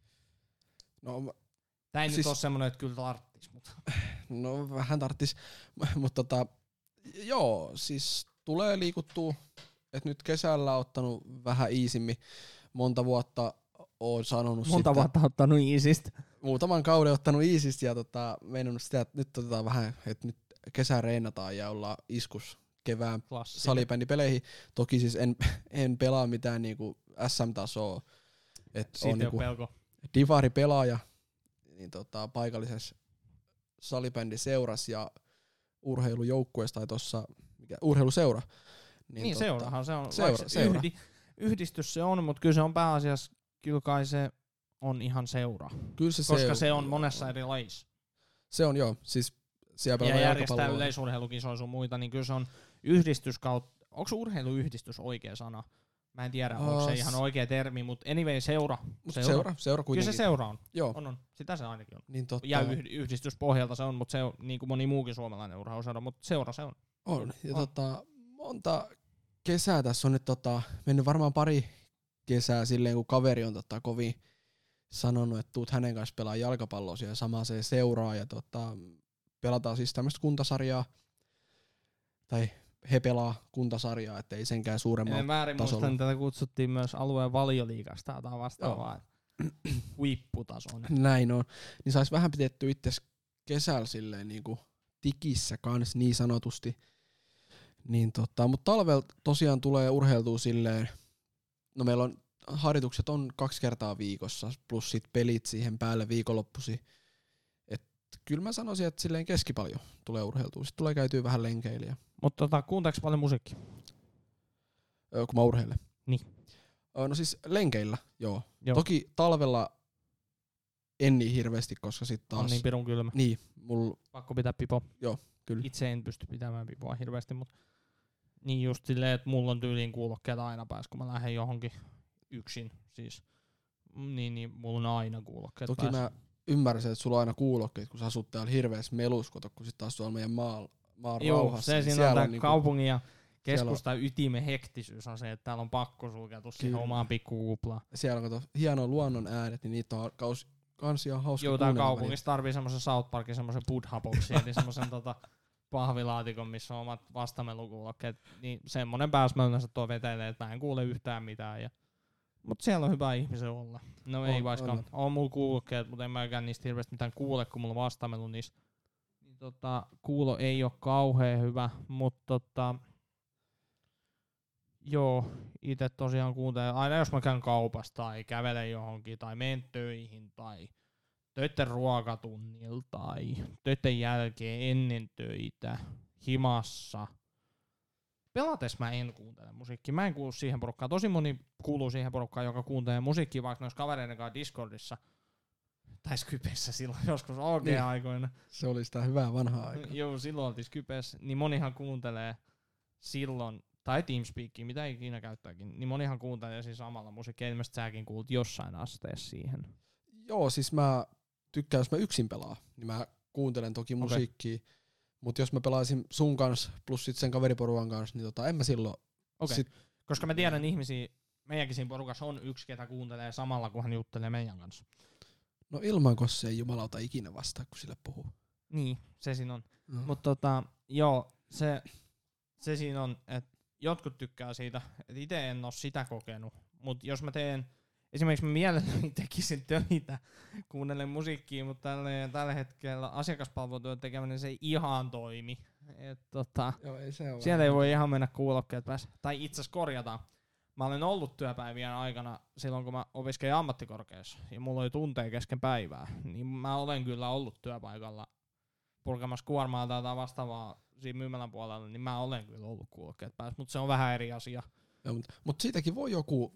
No, tää ei siis nyt ole semmonen, että kyllä tarttis, mutta no vähän tarttis, mutta joo, siis tulee liikuttua, että nyt kesällä on ottanut vähän iisimmin. Monta vuotta oon sanonut monta vuotta ottanut iisistä. Muutaman kauden ottanut iisistä ja meinannut sitä, että nyt otetaan vähän, että nyt kesä reenataan ja ollaan iskus kevään salibändipeleihin. Toki siis en pelaa mitään niinku SM-tasoa. Siitä on niinku pelko. Divari pelaaja niin paikallisessa salibändiseurassa ja urheilujoukkueessa tai tossa urheiluseura. Niin seurahan se on. Seura. Yhdistys se on, mutta kyllä se on pääasiassa, kyllä kai se on ihan seura. Kyllä se koska se on monessa eri lajissa. Se on joo, siis siellä ja järjestää yleisurheilukisoja sun muita, niin kyllä se on yhdistys kautta. Onko urheiluyhdistys oikea sana? Mä en tiedä, onko se ihan oikea termi, mutta anyway seura. Seura kuitenkin. Kyllä se seura on. Joo. On. Sitä se ainakin on. Niin ja yhdistyspohjalta se on, mutta se on niin kuin moni muukin suomalainen urheiluseura, mutta seura se on. On. Ja monta kesää tässä on nyt mennyt varmaan pari kesää silleen, kun kaveri on kovin sanonut, että tuut hänen kanssa pelaa jalkapalloa siellä samaa se seuraa ja pelataan siis tämmöistä kuntasarjaa tai he pelaa kuntasarjaa, ettei senkään suuremmalla väärin tasolla. Muistan, tätä kutsuttiin myös alueen valioliigasta tai vastaavaa. Huipputasoinen. Näin on. Niin sais vähän pidetty itse kesällä silleen niinku tikissä kans niin sanotusti. Niin mutta talvella tosiaan tulee urheiltua silleen, no meillä on harjoitukset on 2 kertaa viikossa, plus sit pelit siihen päälle viikonloppusi. Et kyllä mä sanoisin, että silleen keskipaljon tulee urheiltua. Sitten tulee käytyä vähän lenkeillä. Mutta kuunteleeko paljon musiikkia? Kun mä urheilen. Niin. No siis lenkeillä, joo. Toki talvella en niin hirveästi, koska sit taas... On niin pirun kylmä. Niin, pakko pitää pipo. Joo, kyllä. Itse en pysty pitämään pipoa hirveästi, mutta niin just silleen, että mulla on tyyliin kuulokkeet aina päässä, kun mä lähden johonkin yksin. Siis, niin mulla on aina kuulokkeet toki päässä. Mä ymmärrän, että sulla on aina kuulokkeet, kun sä asut täällä hirveässä meluskoto, kun sit taas tuolla meidän maan rauhassa. Se siinä on tää niinku kaupungin ja keskustan ytimen hektisyys on se, että täällä on pakko sulkeutua siihen omaan pikkukuplaan. Siellä on hieno luonnon äänet, niin niitä on kans ihan hauska kuunnella. Joo, tää kaupungissa tarvii semmosen South Parkin semmosen Buddha-boksi, eli semmosen pahvilaatikon, missä on omat vastamelukuulokkeet. Niin semmonen pääs mä yleensä tuo vetelee, että mä en kuule yhtään mitään. Mut siellä on hyvä ihmisen olla. No ei vaikka on mulla kuulokkeet, mutta en mäkään niistä hirveästi mitään kuule, kun mulla on vastamelu niistä. Niin kuulo ei oo kauheen hyvä, mutta joo, ite tosiaan kuuntelen. Aina jos mä käyn kaupassa tai kävelen johonkin tai menen töihin tai töitten ruokatunnilla tai töitten jälkeen ennen töitä, himassa. Pelates mä en kuuntele musiikkia. Mä en kuulu siihen porukkaan. Tosi moni kuuluu siihen porukkaan, joka kuuntelee musiikkia vaikka noissa kavereiden kanssa Discordissa. Tai Skypessä silloin joskus OG-aikoina. Se oli sitä hyvää vanhaa aikaa. Joo, silloin oltiin Skypessä. Niin monihan kuuntelee silloin tai TeamSpeakia, mitä ikinä käyttääkin, niin monihan kuuntelee siis samalla musiikkia. Ilmeisesti säkin kuulut jossain asteessa siihen. Joo, siis mä tykkään, jos mä yksin pelaa, niin mä kuuntelen toki musiikkia, mutta jos mä pelaisin sun kanssa plus sit sen kaveriporukan kanssa, niin en mä silloin. Okei. Koska mä tiedän ihmisiä, meidänkin siinä porukassa on yksi, ketä kuuntelee samalla, kun hän juttelee meidän kanssa. No ilman se ei jumalauta ikinä vastaa, kun sille puhuu. Niin, se siinä on. No. Mutta joo, se siinä on, että jotkut tykkää siitä, että itse en oo sitä kokenut. Mutta jos mä esimerkiksi mä mielelläni tekisin töitä, kuuntelen musiikkia, mutta tällä hetkellä asiakaspalvelutyön tekeminen se ei ihan toimi. Joo, ei se ole. Siellä ei voi ihan mennä kuulokkeet päässä. Tai itse asiassa korjataan. Mä olen ollut työpäivien aikana silloin, kun mä opiskelin ammattikorkeassa ja mulla oli tunteja kesken päivää, niin mä olen kyllä ollut työpaikalla purkamassa kuormaa tai vastaavaa siinä myymälän puolella, niin mä olen kyllä ollut kuulokkeet päässä, mutta se on vähän eri asia. Mutta siitäkin voi joku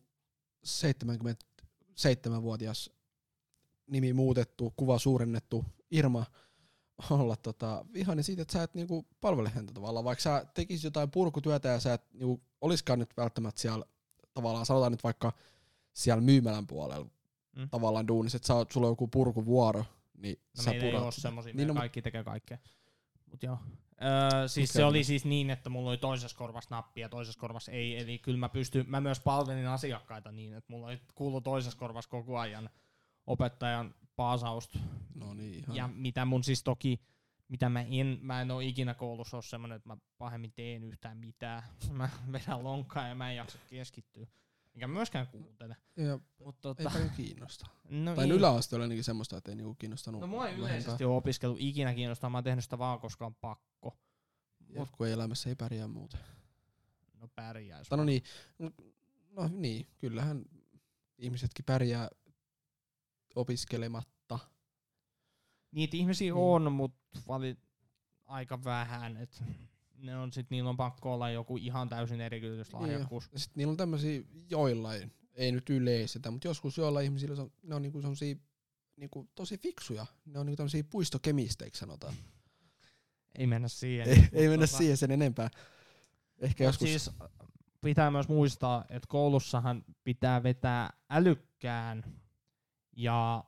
77-vuotias nimi muutettu, kuva suurennettu, Irma olla vihainen siitä, että sä et niinku palvele häntä tavallaan, vaikka sä tekisit jotain purkutyötä ja sä et niinku oliskaan nyt välttämättä siellä tavallaan, sanotaan nyt vaikka siellä myymälän puolella tavallaan duunissa, että sulla on joku purkuvuoro, niin sä meillä ei oo semmosia, niin kaikki tekee kaikkea. Mut joo. Siis se oli siis niin, että mulla oli toisessa korvassa nappi ja toisessa korvassa ei, eli kyllä mä myös palvelin asiakkaita niin, että mulla oli kuulu toisessa korvassa koko ajan opettajan paasausta. No niin, ihan. Ja mitä mun siis toki, mitä mä en oo ikinä koulussa oo semmonen, että mä pahemmin teen yhtään mitään. Mä vedän lonkkaa ja mä en jaksa keskittyä. Enkä myöskään kuuntele. Ei paljon kiinnosta. No tai yläasteella ainakin semmoista, että ei niinku kiinnostanut. No mua ei yleisesti ole opiskellut ikinä kiinnostaa, mä oon tehnyt sitä vaan koska on pakko. Kun elämässä ei pärjää muuten. No pärjäis. No niin, kyllähän ihmisetkin pärjää opiskelematta. Niitä ihmisiä on, mutta aika vähän, että niillä on pakko olla joku ihan täysin erityislahjakkuus. Ja sit niillä on tämmösiä joillain, ei nyt yleisetä, mutta joskus joillain ihmisillä ne on niinku semmosia niinku tosi fiksuja. Ne on niinku tämmösiä puistokemisteiksi sanotaan. Ei mennä siihen. Ei mennä siihen sen enempää. Ehkä joskus. Siis pitää myös muistaa, että koulussahan pitää vetää älykkään ja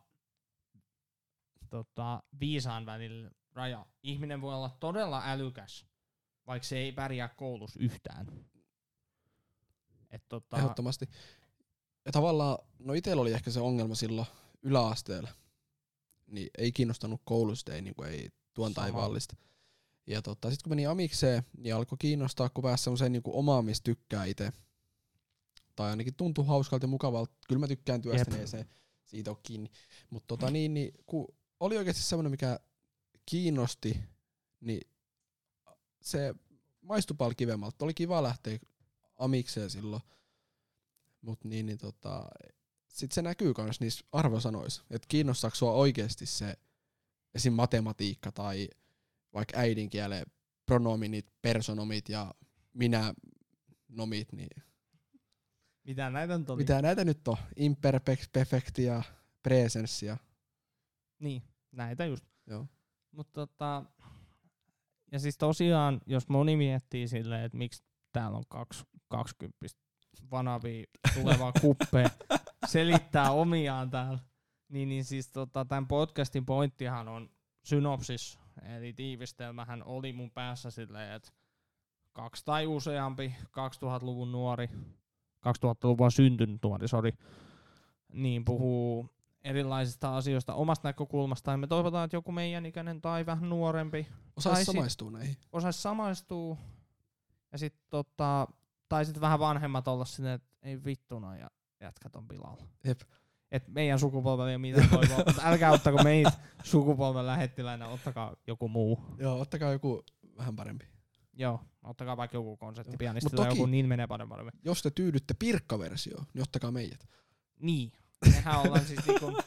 viisaan välillä raja. Ihminen voi olla todella älykäs, vaikka se ei pärjää koulussa yhtään. Ehdottomasti. Ja tavallaan, no itellä oli ehkä se ongelma silloin yläasteella. Niin ei kiinnostanut koulusta, ei tuon taivaallista. Ja sit kun meni amikseen, niin alkoi kiinnostaa, kun pääsi semmoiseen niinku omaan, mistä tykkää itse. Tai ainakin tuntuu hauskalta ja mukavalta. Kyllä mä tykkään työstäneeseen, siitä on kiinni. Mutta niin, kun oli oikeasti semmoinen, mikä kiinnosti, niin se maistui paljon kivemmalta. Oli kiva lähteä amikseen silloin. Mutta sit se näkyy kans niissä arvosanoissa. Että kiinnostaako sua oikeasti se esim. Matematiikka tai vaikka äidinkielen pronominit, personomit ja minä-nomit, niin mitä näitä nyt oli? Mitä näitä nyt on? Imperfekti ja presenssi. Niin, näitä just. Joo. Mutta ja siis tosiaan, jos moni miettii silleen, että miksi täällä on 20 vanavia tulevaa kuppea selittää omiaan täällä, niin siis tämän podcastin pointtihan on synopsis, eli tiivistelmähän oli mun päässä silleen, että 2 tai useampi 2000-luvun nuori, 2000-luvun syntynyt nuori, niin puhuu erilaisista asioista omasta näkökulmasta, ja me toivotaan, että joku meidän ikäinen tai vähän nuorempi osaisi samaistua näihin. Osaisi samaistua, ja sit tai sit vähän vanhemmat olla sinne, että ei vittuna, ja jätkät on pilalla. Jep. Et meidän sukupolvella ei ole mitään toivoa, mutta älkää ottako meitä sukupolven lähettiläinä, ottakaa joku muu. Joo, ottakaa joku vähän parempi. Joo, ottakaa vaikka joku konseptipianisti tai joku, niin menee paremmin. Jos te tyydytte Pirkka-versioon, niin ottakaa meidät. Niin, mehän ollaan siis niinku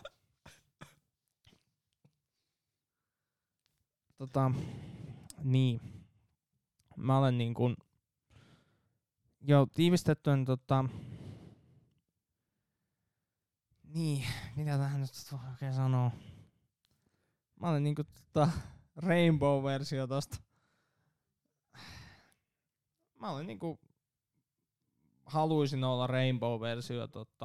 niin. Mä olen niinkun jo tiivistettyen niin, mitä tähän nyt oikein sanoo? Mä olen niinku Rainbow-versio tosta. Mä olen niinku haluaisin olla Rainbow-versio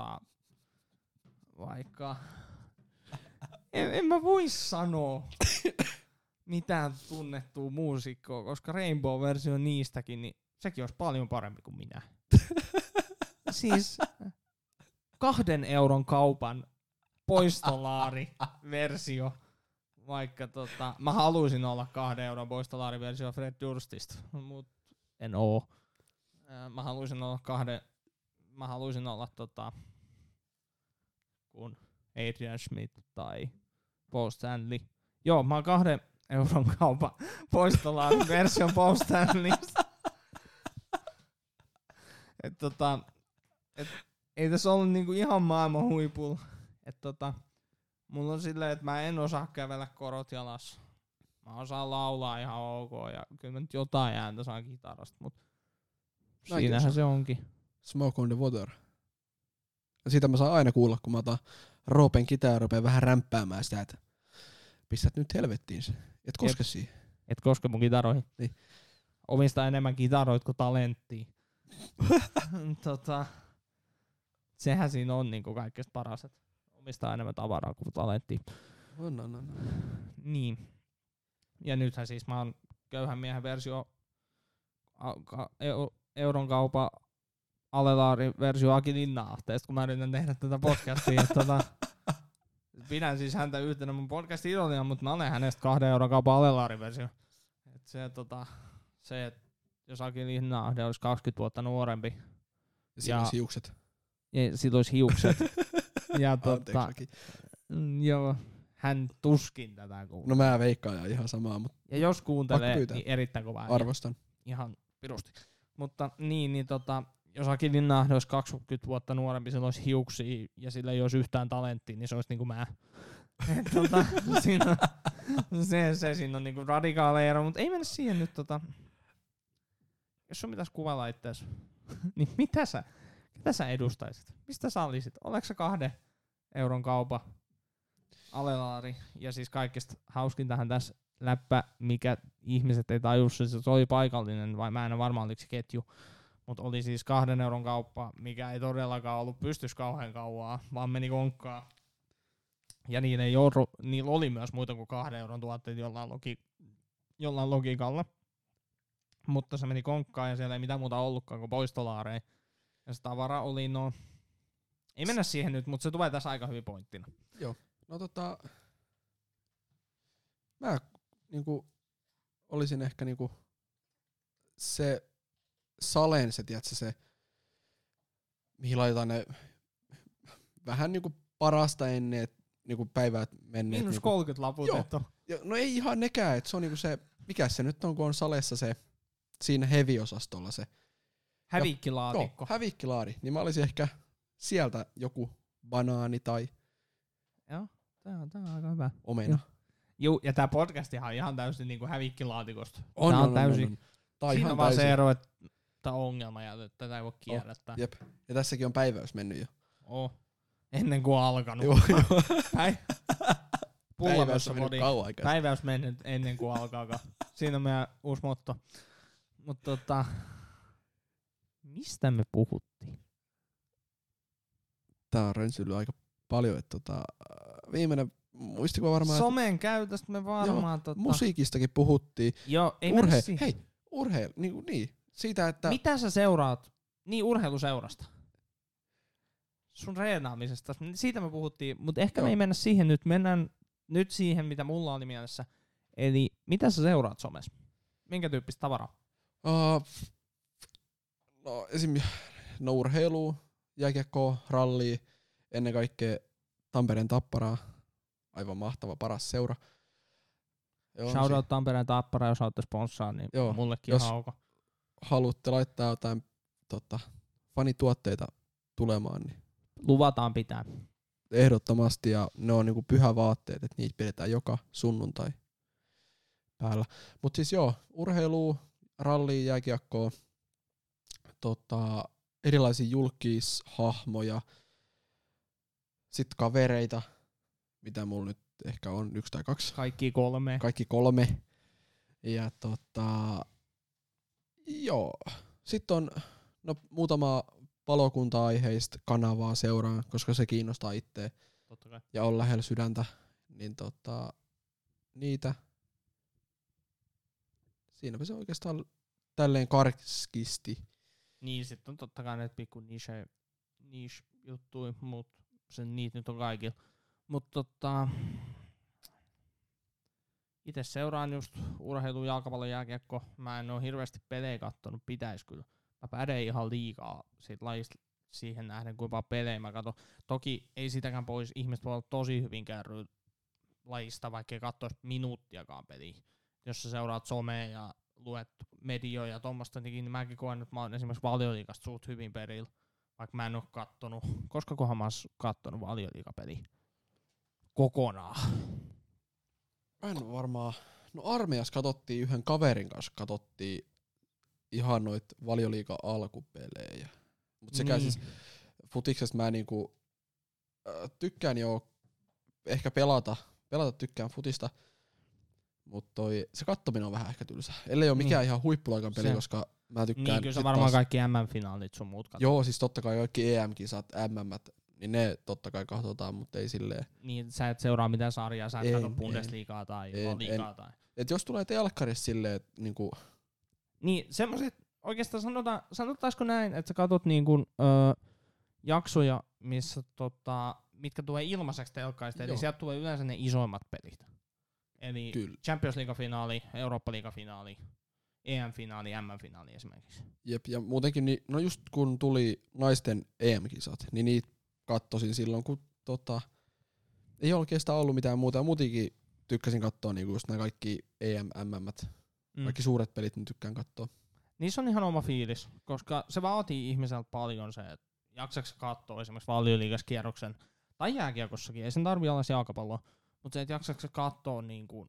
vaikka en mä voi sanoa mitään tunnettua muusikkoa, koska Rainbow-versio niistäkin, niin sekin olisi paljon parempi kuin minä. Siis 2 euron kaupan poistolaari-versio, vaikka mä haluaisin olla 2 euron poistolaari-versio Fred Durstista, mut en oo. Mä haluaisin olla kun Adrian Smith tai Paul Stanley. Joo, mä oon 2 euron kaupan poistolaari-version Paul Stanleysta. Ei tässä ollut niinku ihan maailman huipulla. Mulla on silleen, että mä en osaa kävellä korot jalassa. Mä osaan laulaa ihan ok ja kyllä mä nyt jotain ääntä saan kitarasta, mut siinähän se onkin. Smoke on the water. Ja siitä mä saan aina kuulla, kun mä otan Roopen kitaraa ja rupeen vähän rämppäämään sitä, että pistät nyt helvettiin se. Et koske siihen. Et koske mun kitaroihin. Niin. Omistaa enemmän kitaroita kuin talenttia. Sehän siinä on niinku kaikkein paras, että omistaa enemmän tavaraa kuin talenttia. On. Niin. Ja nythän siis mä oon köyhän miehen versio euron kaupan alelaari versio Aki Linna-ahteesta, kun mä yritän tehdä tätä podcastia. Pidän siis häntä yhtenä mun podcastin idolina, mutta mä olen hänestä 2 euron kaupan alelaari versio. Et se, että jos Aki Linna-ahde olisi 20 vuotta nuorempi. Ja sillä olisi hiukset. Ja sillä olisi hiukset. Ja joo, hän tuskin tätä kuulee. No mä veikkaan ja ihan samaa, mutta ja jos kuuntelee, niin erittäin kovaa. Arvostan. Ihan pirusti. Mutta jos Aki Linna-ahde olisi 20 vuotta nuorempi, sillä olisi hiuksia ja sillä ei olisi yhtään talenttia, niin se olisi niinku mä. Siinä on niinku radikaali ero, mutta ei mennä siihen nyt jos sun pitäisi kuvailla itseäsi, niin ketä sä edustaisit? Mistä sä olisit? Oleks sä 2 euron kaupa alelaari? Ja siis kaikista hauskintahan tässä läppä, mikä ihmiset ei tajussa, se oli paikallinen, vai mä en ole varmaan oliko se ketju. Mutta oli siis 2 euron kauppa, mikä ei todellakaan ollut pystys kauhean kauaa, vaan meni konkkaan. Ja niillä oli myös muita kuin 2 euron tuotteita jollain logiikalla. Mutta se meni konkkaan ja siellä ei mitään muuta ollutkaan kuin poistolaareja. Ja se tavara oli ei mennä siihen nyt, mutta se tulee tässä aika hyvin pointtina. Joo. No mä niinku olisin ehkä niinku se Salen, se tiedätkö se, mihin laitetaan ne vähän niinku parasta ennen niinku päivät menneet. Miinus niinku 30 laputettu. No ei ihan nekään, että se on niinku se, mikä se nyt on, kun on Salessa se, siinä heavy-osastolla se. Hävikkilaatikko. Joo, hävikkilaari. Niin mä olisin ehkä sieltä joku banaani tai joo, tää on aika hyvä. Omena. Joo, ja tää podcastihan on ihan täysin niinku hävikkilaatikosta. On. Siinä on vaan se ero, että ongelma ja tätä ei voi kierrättää. Jep. Ja tässäkin on päiväys mennyt jo. Ennen kuin on alkanut. Joo. Päiväys on mennyt kauan aikaa. Päiväys mennyt ennen kuin alkaakaan. Siinä on meidän uusi motto. Mutta mistä me puhuttiin? Tää on rönsyillyt aika paljon, että viimeinen, muistiko varmaan? Somen käytöstä me varmaan. Musiikistakin puhuttiin. Joo, ei urheilu, niin. Siitä, että mitä sä seuraat? Niin, urheiluseurasta. Sun reenaamisesta. Siitä me puhuttiin, mutta ehkä me ei mennä siihen nyt. Mennään nyt siihen, mitä mulla oli mielessä. Eli mitä sä seuraat somessa? Minkä tyyppistä tavaraa? Urheilu, jääkiekkoa, rallia, ennen kaikkea Tampereen Tapparaa. Aivan mahtava, paras seura. Shoutout Tampereen Tappara, jos haluatte sponssaa, niin mullekin ihan ok. Haluatte laittaa jotain fanituotteita tulemaan, niin luvataan pitää. Ehdottomasti, ja ne on niinku pyhävaatteet, että niitä pidetään joka sunnuntai päällä. Mut siis urheilua, rallia, jääkiekkoa, erilaisia julkishahmoja, sit kavereita, mitä mulla nyt ehkä on 1 tai 2. Kaikki kolme. Ja sitten on muutama palokunta-aiheista kanavaa seuraan, koska se kiinnostaa itseä Totta kai. ja on lähellä sydäntä, niin niitä. Siinäpä se oikeastaan tälleen karskisti. Niin, sit on totta kai näitä pikku niche juttui, mut niitä nyt on kaikilla. Mut itse seuraan just urheilu, jalkapallo, jääkiekko. Mä en oo hirveästi pelejä kattonut, pitäis kyllä. Mä päden ihan liikaa siitä lajista siihen nähden, kuinka paljon pelejä mä katon. Toki ei sitäkään pois, ihmiset voi olla tosi hyvin kärryillä lajista, vaikka ei kattois minuuttiakaan peliä. Jos sä seuraat somea ja luet medioja ja tommoista, niin mäkin koen, että mä oon esimerkiksi Valioliigasta suht hyvin perillä, vaikka mä en oo kattonut, kohan mä oon kattonut Valioliigapeliä kokonaan. Mä en oo varmaan, no armeijassa katsottiin yhden kaverin kanssa, katsottiin ihan noit Valioliigan alkupelejä. Mut sekä siis futiksesta mä niinku tykkään jo ehkä pelata tykkään futista, mutta se kattominen on vähän ehkä tylsä. Ellei ole mikään ihan huippuluokan peli, koska mä tykkään. Niin, kyllä sä varmaan kaikki MM-finaalit sun muut katsoo. Joo, siis totta kai kaikki EM-kisat, MM-t, niin ne totta kai katsotaan, mutta ei silleen. Niin, sä et seuraa mitään sarjaa, sä et katso Bundesliigaa tai Liigaa tai. Et jos tulee telkkarissa silleen, että niinku. Niin, semmoset, oikeastaan sanotaanko näin, että sä katot niinku jaksoja, missä mitkä tulee ilmaiseksi telkkarista, eli sieltä tulee yleensä ne isoimmat pelit. Eli Kyllä. Champions League-finaali, Eurooppa-liiga-finaali, EM-finaali, MM-finaali esimerkiksi. Jep, ja muutenkin, no just kun tuli naisten EM-kisat, niin niitä kattosin silloin, kun ei oikeastaan ollut mitään muuta. Ja muutenkin tykkäsin katsoa niinku just nämä kaikki EM, MM-t, kaikki suuret pelit, niin tykkään katsoa. Niissä on ihan oma fiilis, koska se vaatii ihmiseltä paljon se, että jaksaks katsoa esimerkiksi Valioliigassa kierroksen, tai jääkiekossakin, ei sen tarvitse olla jalkapalloa, mutta se, että jaksaks katsoa niinku,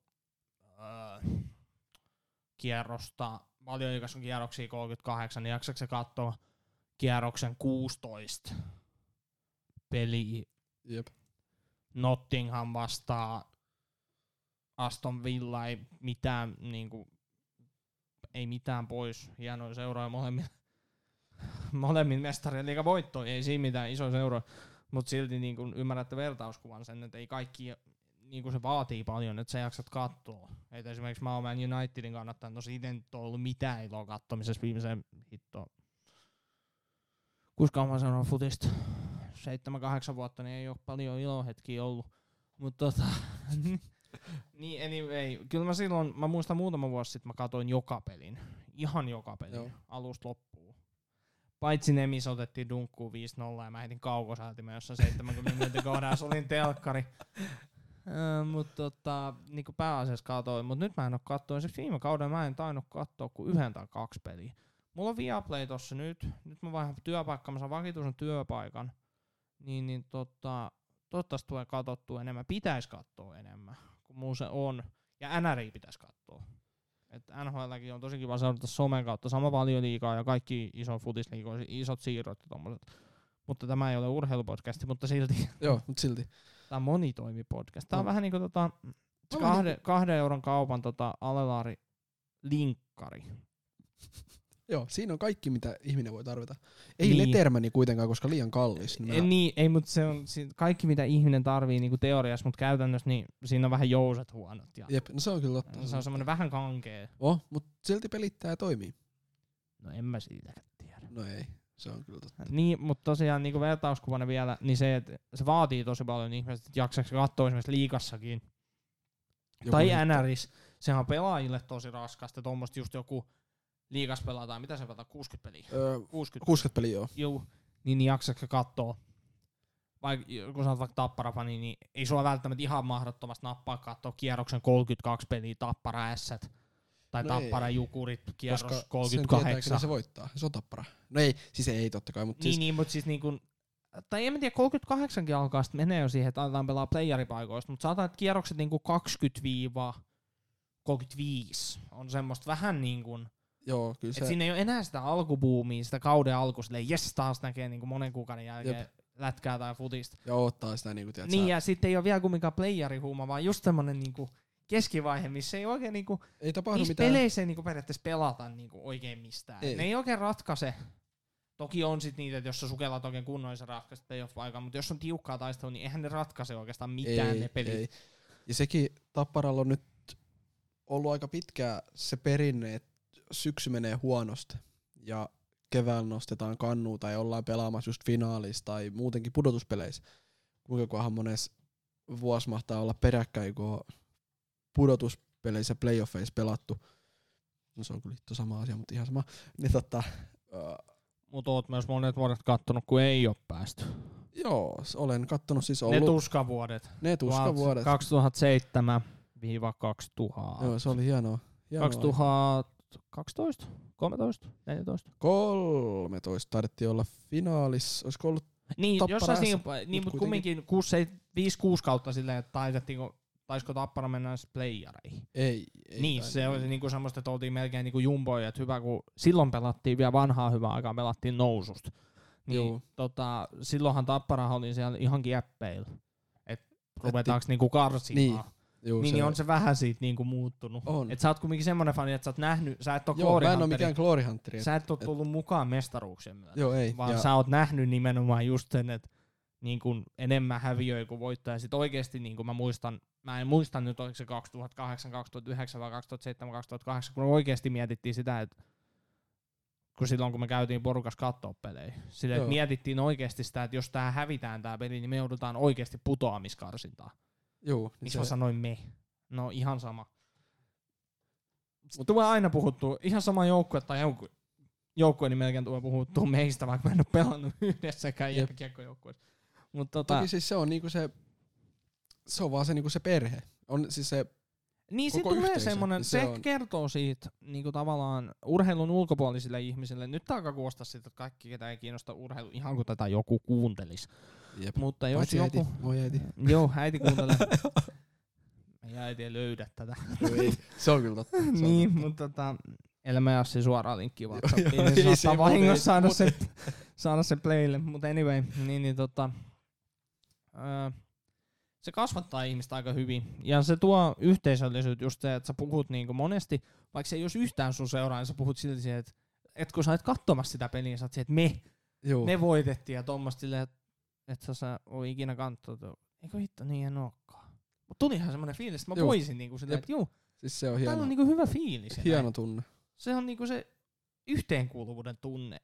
kierrosta, Valioliigassa on kierroksia 38, niin jaksaks katsoa kierroksen 16 peliä. Jep. Nottingham vastaa Aston Villa, ei mitään niinku, ei mitään pois, hienoja seuroja molemmin mestarien liiga voittoi, ei siinä mitään iso seura, mutta silti niin kun ymmärrätte vertauskuvan sen, että ei kaikki, niin kun se vaatii paljon, että sä jaksat katsoa. Et esimerkiksi mä oon Man Unitedin kannattanut, no siitä ei nyt ollut mitään iloa kattomisessa viimeiseen hittoon. Kuinka mä sanon futista? 7-8 vuotta, niin ei oo paljon ilohetkiä ollut. Mutta niin anyway, kyllä mä muistan muutama vuosi sitten mä katoin joka pelin. Ihan joka pelin. Joo. Alusta loppuun. Paitsi ne, missä otettiin dunkkuun 5-0 ja mä heitin kaukosäätimeen, jossa 70 minuutin kohdassa olin telkkari. Mutta niinku pääasiassa katoin. Mut nyt mä en oo kattoin. Se viime kauden mä en tainnut katsoa kuin 1 tai 2 peliä. Mulla on Viaplay tossa nyt. Nyt mä vaihan työpaikkaa, mä saan vakituisen työpaikan. Niin toivottavasti tulee katsottua enemmän. Pitäis katsoa enemmän, kun muu se on. Ja NRI pitäis katsoa. Et NHLkin on tosi kiva seurata somen kautta. Sama Valioliigaa ja kaikki iso futisliigoja, isot siirrot ja tommoset. Mutta tämä ei ole urheilupodcasti, mutta silti. Joo, mutta silti. Tää on monitoimipodcast. Tää on vähän niinku 2 euron kaupan alelaari linkkari. Joo, siinä on kaikki, mitä ihminen voi tarvita. Ei Lettermani kuitenkaan, koska liian kallis. Ei, mutta se on kaikki, mitä ihminen tarvii niinku teoriassa, mutta käytännössä niin siinä on vähän jouset huonot. Ja jep, no se on kyllä totta. Se on semmoinen vähän kankee. Mutta silti pelittää ja toimii. No en mä siitäkään tiedä. No ei, se on kyllä totta. Niin, mutta tosiaan niinku vertauskuvana vielä, niin se, että se vaatii tosi paljon ihmiset, että jaksaks katsoa esimerkiksi liigassakin. Tai NRissä. Sehän on pelaajille tosi raskasta, tommoista just joku liigas pelataan, mitä se pelataan, 60 peliä? 60 peliä, joo. Joo, niin jaksatko kattoo, vaikka kun sä oot vaikka Tappara-fani, niin ei sulla välttämättä ihan mahdottomasti nappaa kattoo kierroksen 32 peliä Tappara Ässät, tai no Tappara Jukurit, kierros koska 38. Koska se voittaa, se on Tappara. No ei, siis ei totta kai, mutta niin, mutta siis niinku, tai en tiedä, 38kin alkaa sitten menee jo siihen, että aletaan pelaa playeripaikoista, mutta saataan, että kierrokset niinku 20-35 on semmoista vähän niinku. Joo, kyllä se. Et siinä ei ole enää sitä alkubuumia, sitä kauden alku, silleen jes taas näkee niinku monen kuukauden jälkeen lätkää tai futista. Ja ottaa sitä niinku, tiedät niin, ja sitten ei ole vielä kumminkaan playerihuuma, vaan just semmonen niinku keskivaihe, missä ei oikein niinku, ei tapahdu niissä mitään. peleissä ei niinku periaatteessa pelata niinku oikein mistään. Ei. Ne ei oikein ratkaise Toki on sit niitä, että jos sä sukellat oikein kunnolla, niin sä ratkaiset playoff-aikaa, mutta jos on tiukkaa taistelua, niin eihän ne ratkaise oikeastaan mitään ne pelit. Ei. Ja sekin Tapparalla on nyt ollut aika pitkään se perinne, että syksy menee huonosti ja keväällä nostetaan kannua tai ollaan pelaamassa just finaalissa tai muutenkin pudotuspeleissä. Kuinkakohan monessa vuosi mahtaa olla peräkkäin, kun on pudotuspeleissä ja playoffeissa pelattu. No se on kyllä sama asia, mutta ihan sama. Niin Mutta oot myös monet vuodet kattonut, kun ei oo päästy. joo, olen kattonut siis ollut. Ne tuskavuodet. Ne tuskavuodet. 2007-2000. Joo, se oli hienoa. 2012, 13, 14. 13 taidettiin olla finaalissa. Olisiko ollut Niin, Tappara jossain S, niin, mutta kumminkin 5-6 kautta silleen, että taisiko Tappara mennä edes playareihin. Ei Niin, se oli niinku semmoista, että oltiin melkein niinku jumboja, että hyvä kun silloin pelattiin vielä vanhaa hyvää aikaa, pelattiin noususta. Niin silloinhan Tapparahan oli siellä ihan kieppeillä. Että ruvetaanko niinku karsimaan. Niin on se vähän siitä niinku muuttunut. Et sä oot kumminkin semmonen fani, että sä oot nähnyt, sä et oo Glory Hunteri. Mä en oo mikään Glory Hunteri. Sä et oo tullut mukaan mestaruuksien myötä. Joo, ei. Vaan sä oot nähnyt nimenomaan just sen, että niin kuin enemmän häviöi kuin voittoja. Sitten oikeesti niin kuin mä en muista nyt oliko se 2008, 2009 vai 2007, 2008, kun oikeesti mietittiin sitä, että kun silloin kun me käytiin porukas kattoo pelejä, sillä että mietittiin oikeesti sitä, että jos tää hävitään tää peli, niin me joudutaan oikeesti putoamiskarsintaan. Joo. Miksi mä sanoin me? No ihan sama. Tulee aina puhuttua, ihan sama joukkue tai joukkue, niin melkein tulee puhuttua meistä, vaikka mä en oo pelannut yhdessäkään jääkiekkojoukkueessa. Toki siis se on niinku se on vaan se niinku se perhe. On siis se niin siitä tulee semmonen, se kertoo siitä niinku tavallaan urheilun ulkopuolisille ihmisille. Nyt alkaa kuulostaa siitä, että kaikki ketä ei kiinnosta urheilu, ihan kuin tätä joku kuuntelis. Jep. Mutta jos paitsi joku... äiti, moi äiti. Joo, äiti kuuntelee. Meidän äiti ei löydä tätä. Se on kyllä totta. Niin, mutta elämä Jassi suoraan linkki WhatsAppiin, niin saattaa vahingossa saada se playlle. Mutta anyway, se kasvattaa ihmistä aika hyvin. Ja se tuo yhteisöllisyyttä just se, että sä puhut niinku monesti, vaikka se ei olisi yhtään sun seuraa, niin sä puhut silti että kun sä olet katsomassa sitä peliä, niin sä oot että me voitettiin ja tommoista silleen, että sä voi ikinä katsoa. Eikö hitto, niin en ookaan. Mut tulihan semmonen fiilis, että mä voisin niinku silleen, että siis se on hieno. Täällä on niinku hyvä fiilis. Hieno tunne. Se on niinku se yhteenkuuluvuuden tunne.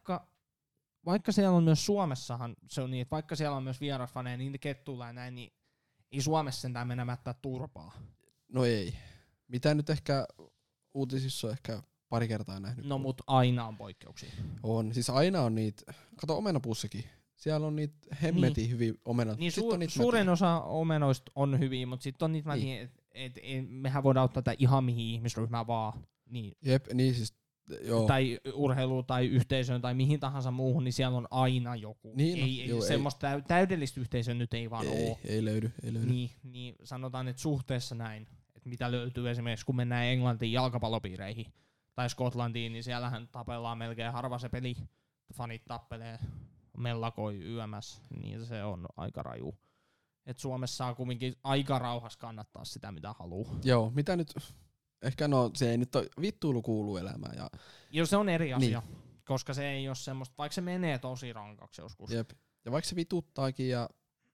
Vaikka siellä on myös Suomessahan se on niin, että vaikka siellä on myös vierasfaneja, niin kettuilla ja näin, niin ei Suomessa sentään mennä mättää turpaa. No ei. Mitä nyt ehkä uutisissa on ehkä pari kertaa nähnyt. No mut aina on poikkeuksia. On. Siis aina on niitä, kato omenapussakin. Siellä on niitä hemmetin hyviä omenat. Niin suurin osa omenoista on hyviä, mutta sitten on niitä että mehän voidaan ottaa tätä ihan mihin ihmisryhmään vaan. Niin. Jep, niin siis joo. Tai urheiluun tai yhteisöön tai mihin tahansa muuhun, niin siellä on aina joku. Niin, ei semmoista täydellistä yhteisöä nyt ei vaan ole. Ei löydy. Niin sanotaan, että suhteessa näin, että mitä löytyy esimerkiksi kun mennään Englantiin jalkapallopiireihin tai Skotlantiin, niin siellähän tapellaan melkein harva se peli. Fanit tappelee mellakoi YMS, niin se on aika raju. Et Suomessa saa kumminkin aika rauhassa kannattaa sitä, mitä haluaa. Joo, mitä nyt... Ehkä se ei nyt ole, vittuilu kuuluu elämään. Joo, se on eri asia, koska se ei ole semmoista, vaikka se menee tosi rankaksi joskus. Jep. Ja vaikka se vituttaakin ja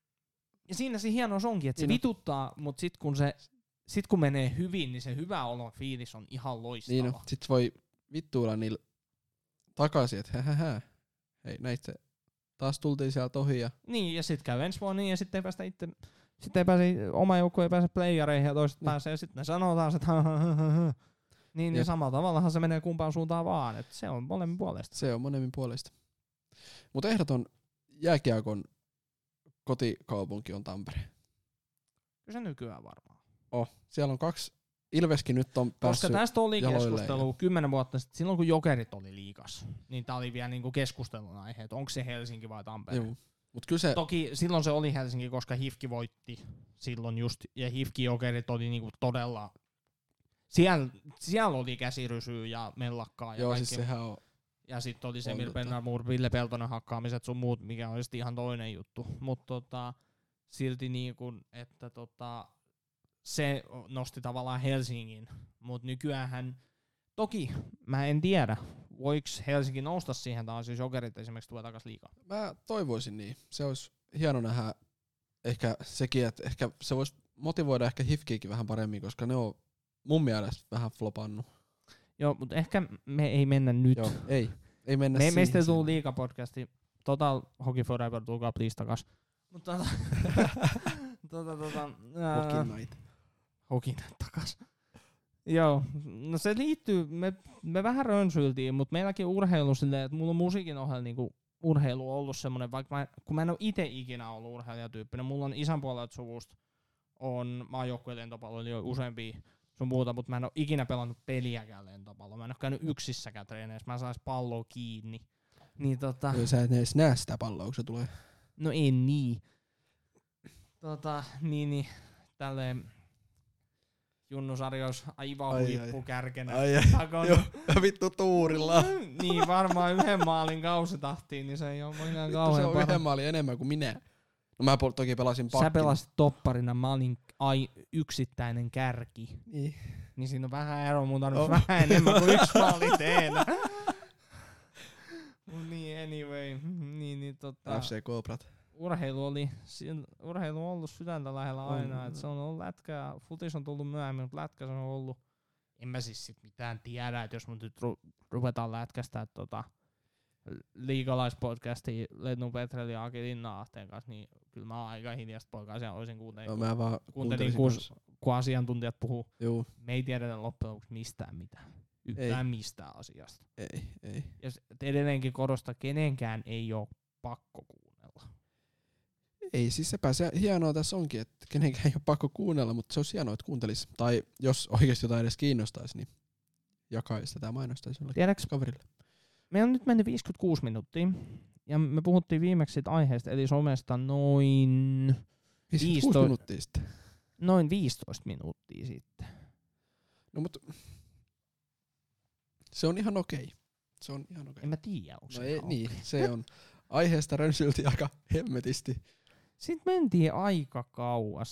siinä se hienous onkin, että se vituttaa, mutta sit kun menee hyvin, niin se hyvä olon fiilis on ihan loistava. Niin no, sit voi vittuilla niillä takaisin, että hei näitä taas tultiin sieltä ohi. Niin, ja sit käy ensi vuonna niin, ja sit ei päästä itse... Sitten ei pääse, oma joukko ei pääse playareihin ja toiset pääsee ja sitten ne sanoo taas, että niin ja samalla tavallahan se menee kumpaan suuntaan vaan, että se on molemmin puolesta. Se on molemmin puolesta. Mutta ehdoton jääkiekon kotikaupunki on Tampere. Kyllä se nykyään varmaan. Siellä on 2, Ilveskin nyt on päässyt koska tästä oli jaloilleen. keskustelu 10 vuotta sitten, silloin kun Jokerit oli liigas, niin tää oli vielä niinku keskustelun aihe, että onko se Helsinki vai Tampere. Joo. Mut kyllä se... Toki silloin se oli Helsinki, koska HIFK voitti silloin just, ja HIFK Jokerit oli niinku todella... Siellä oli käsirysyä ja mellakkaa ja joo, kaikki. Siis sehän on... Ja sit oli se Emil Pennamour, Ville Peltonen hakkaamiset sun muut, mikä on ihan toinen juttu. Mut silti niinku, että se nosti tavallaan Helsingin. Mut nykyäänhän, toki mä en tiedä, voiks Helsinki nousta siihen, tai siis Jokerit esimerkiksi tulee takas liigaan? Mä toivoisin niin. Se olisi hieno nähdä ehkä sekin, että ehkä se voisi motivoida ehkä HIFKiäkin vähän paremmin, koska ne on mun mielestä vähän flopannut. Joo, mutta ehkä me ei mennä nyt. Joo, ei mennä siihen. Meistä ei tullut liigapodcasti. Total Hockey Forever, tulkaa please takas. Mutta Hockey Night takas. Joo, no se liittyy, me vähän rönsyiltiin, mutta meilläkin urheilu silleen, että mulla on musiikin ohella niinku urheilu ollut semmonen, vaikka kun mä en oo ite ikinä ollut urheilijatyyppinen, mulla on isän puolelta suvusta, mä oon joukkueen lentopalloilla jo useampia sun muuta, mutta mä en oo ikinä pelannut peliäkään lentopalloa, mä en oo käynyt yksissäkään treeneissä, mä sais palloa kiinni. Niin Sä et edes näe sitä palloa, kun se tulee. No en niin. Niin, tälleen Junnu Sarjos aivan huippukärkenä. Joo, vittu tuurilla. Niin, varmaan yhden maalin kausitahtiin, niin se ei oo mikään kauhean se on yhden maalin enemmän kuin minä. No mä toki pelasin pakkina. Sä pelasit topparina, mä olin yksittäinen kärki. Niin siinä on vähän ero, mun tarvitsi vähän enemmän kuin yksi maali tehdä. Niin, anyway. FC Cobrat. Urheilu on ollut sydäntä lähellä aina, että se on ollut lätkää, futis on tullut myöhemmin, mutta lätkä se on ollut. En mä siis sit mitään tiedä, että jos mun nyt ruvetaan lätkästä liigalaispodcastia Lednu Petrelli ja Aki Linna-Ahteen kanssa, niin kyllä mä oon aika hiljasta poikaa siellä olisin kuuntelin, kun asiantuntijat puhuu. Juu. Me ei tiedetä loppujen lopuksi mistään mitään. Yhtään mistään asiasta. Ei. Ja edelleenkin korosta, kenenkään ei oo pakko kuunnella. Ei, siis sepä se hienoa tässä onkin, että kenenkään ei ole pakko kuunnella, mutta se olisi hienoa, että kuuntelisi. Tai jos oikeasti jotain edes kiinnostaisi, niin jakaisi tätä mainostaisi jollekin kaverille. Me on nyt mennyt 56 minuuttia, ja me puhuttiin viimeksi siitä aiheesta, eli somesta noin 56 minuuttia sitten. Noin 15 minuuttia sitten. No mutta se on ihan okei. Se on ihan okei. En mä tiedä, onko se ihan niin, okei. Se on. Aiheesta rönsylti aika hemmetisti. Sitten mentiin aika kauas.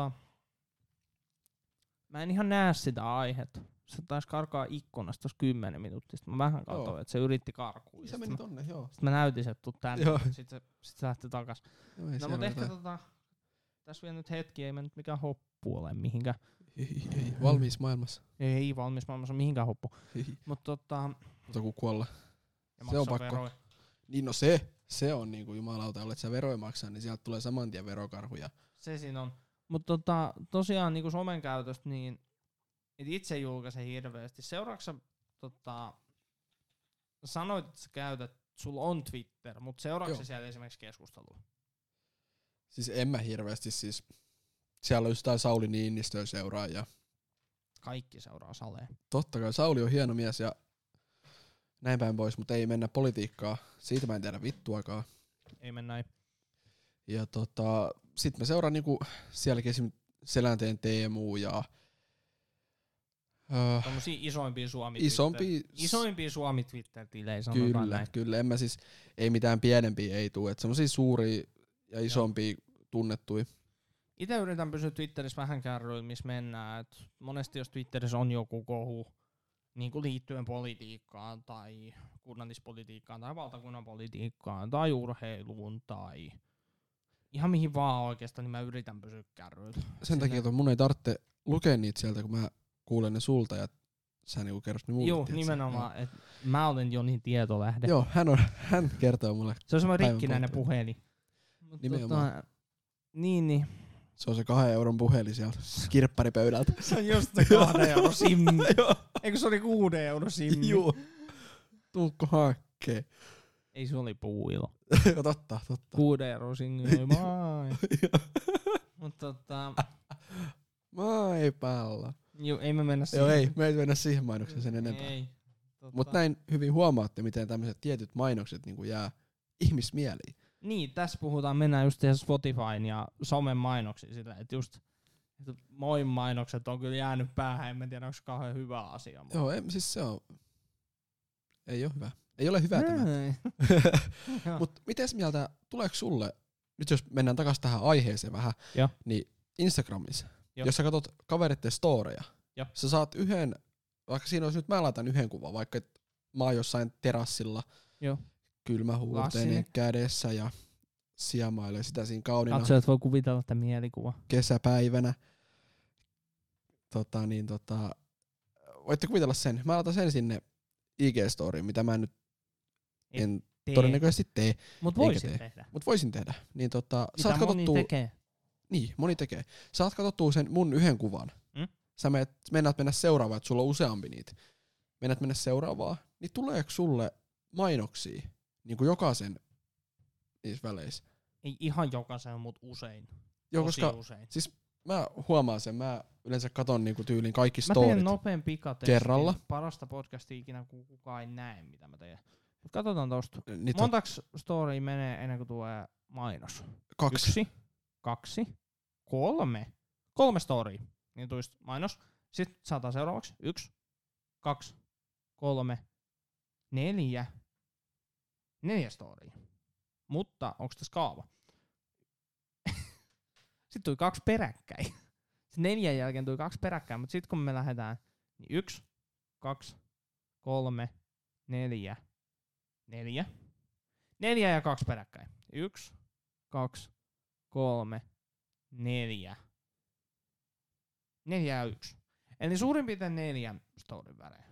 Mä en ihan näe sitä aihetta. Se taisi karkaa ikkunasta tuossa 10 minuuttia. Sitten mä vähän katsoin, että se yritti karkuun. Se meni tonne, joo. Sitten mä näytin, että tuu tänne. Sitten se lähti takas. No mut ehkä tässä vielä nyt hetki, ei mennyt mikään hoppu ole mihinkään. Ei, valmis maailmassa. Ei valmis maailmassa mihinkään hoppu. Mutta Mutta kun kuolla. Se on pakko. Veroja. Niin no se on niinku jumalauta, olet sä veroja maksaa, niin sieltä tulee saman tien verokarhuja. Se siinä on. Mutta tosiaan niinku somen käytöstä, niin et itse julkaise hirveästi. Seuraavaksi sanoit, että sä käytät, sulla on Twitter, mutta seuraavaksi siellä esimerkiksi keskustelua? Siis en mä hirveästi, siis siellä on just tää Sauli Niinistö seuraa ja kaikki seuraa Saleen. Totta kai, Sauli on hieno mies ja näin päin pois, mutta ei mennä politiikkaa. Siitä mä en tiedä vittuakaan. Ei mennä näin. Ja sit mä seuraan niinku sielläkin esim. Selänteen Teemu ja tommosia isoimpia Suomi Twitter-tilejä sanotaan näin. Kyllä, en mä siis, ei mitään pienempiä ei tuu, että semmosia suuria ja isompia tunnettuja. Itse yritän pysyä Twitterissä vähän kärryillä, missä mennään. Et monesti jos Twitterissä on joku kohu niin kuin liittyen politiikkaan tai kunnallispolitiikkaan tai valtakunnan politiikkaan tai urheiluun tai ihan mihin vaan oikeastaan, niin mä yritän pysyä kärryillä. Sen takia, että mun ei tarvitse lukea niitä sieltä, kun mä kuulen ne sulta ja sä niinku kerrot ne mulle. Joo, nimenomaan. Et mä olen jo niin tietolähde. Joo, hän kertoo mulle. Se on semmoinen rikkinäinen puhelin. Nimenomaan. Niin. Se on se 2 euron puhelin sieltä kirpparipöydältä. Se on just se 2 euron simmi. Eikö se oli 6 euron simmi? Joo. Tuukko hakkee. Ei se oli puuilo. totta. 6 euron simmi. Mutta Maipalla. Joo, ei me mennä siihen. Joo, me ei mennä siihen mainokseen sen enempää. Ei. Mutta näin hyvin huomaatte, miten tämmöiset tietyt mainokset niinku jää ihmismieliin. Niin, tässä mennään just Spotifyn ja somen mainoksiin sillä, että just moin mainokset on kyllä jäänyt päähän, en tiedä onko se kauhean hyvä asia. Joo, siis se on, ei ole hyvä. Ei ole hyvä tämä. Mut mites mieltä, tuleeko sulle, nyt jos mennään takaisin tähän aiheeseen vähän, niin Instagramissa, jos sä katsot kaveritten storeja, sä saat yhden, vaikka siinä olisi nyt mä laitan yhden kuvan, vaikka mä oon jossain terassilla Joo. kylmähuurteinen Klassinen. kädessä ja sijamailee sitä siinä kauniina Katsojat voi kuvitella että mielikuva. kesäpäivänä. Voitte kuvitella sen. Mä laitan sen sinne IG-storiin, mitä mä nyt en todennäköisesti tee. Mut Enkä voisin tee. tehdä. Mut voisin tehdä. Niin saat Mitä moni katsottua, tekee. niin, moni tekee. Saat katsottua sen mun yhden kuvan. Sä mennät mennä seuraavaan, että sulla on useampi niitä. Mennät mennä seuraavaan, niin tuleeko sulle mainoksia niin kuin jokaisen niissä väleissä? Ei ihan jokaisen, mut usein. Joo, Tosi koska usein. siis mä huomaan sen, mä yleensä katon niinku tyylin kaikki Mä teen storit. nopean pikatestin. kerralla. Parasta podcastia ikinä, kun kukaan ei näe, mitä mä teen. Mut katsotaan tosta. Niin Montaks storya menee ennen kuin tulee mainos? 2. 1, 2, 3. 3 storya. Niin tulisi mainos. Sitten saadaan seuraavaksi 1, 2, 3, 4. 4 storya. Mutta onko tässä kaava? Sitten tuli 2 peräkkäin. Sitten 4 jälkeen tuli 2 peräkkäin, mutta sitten kun me lähdetään, niin 1, 2, 3, 4, 4. 4 ja 2 peräkkäin. 1, 2, 3, 4. 4 ja 1. Eli suurin piirtein 4 storin värejä.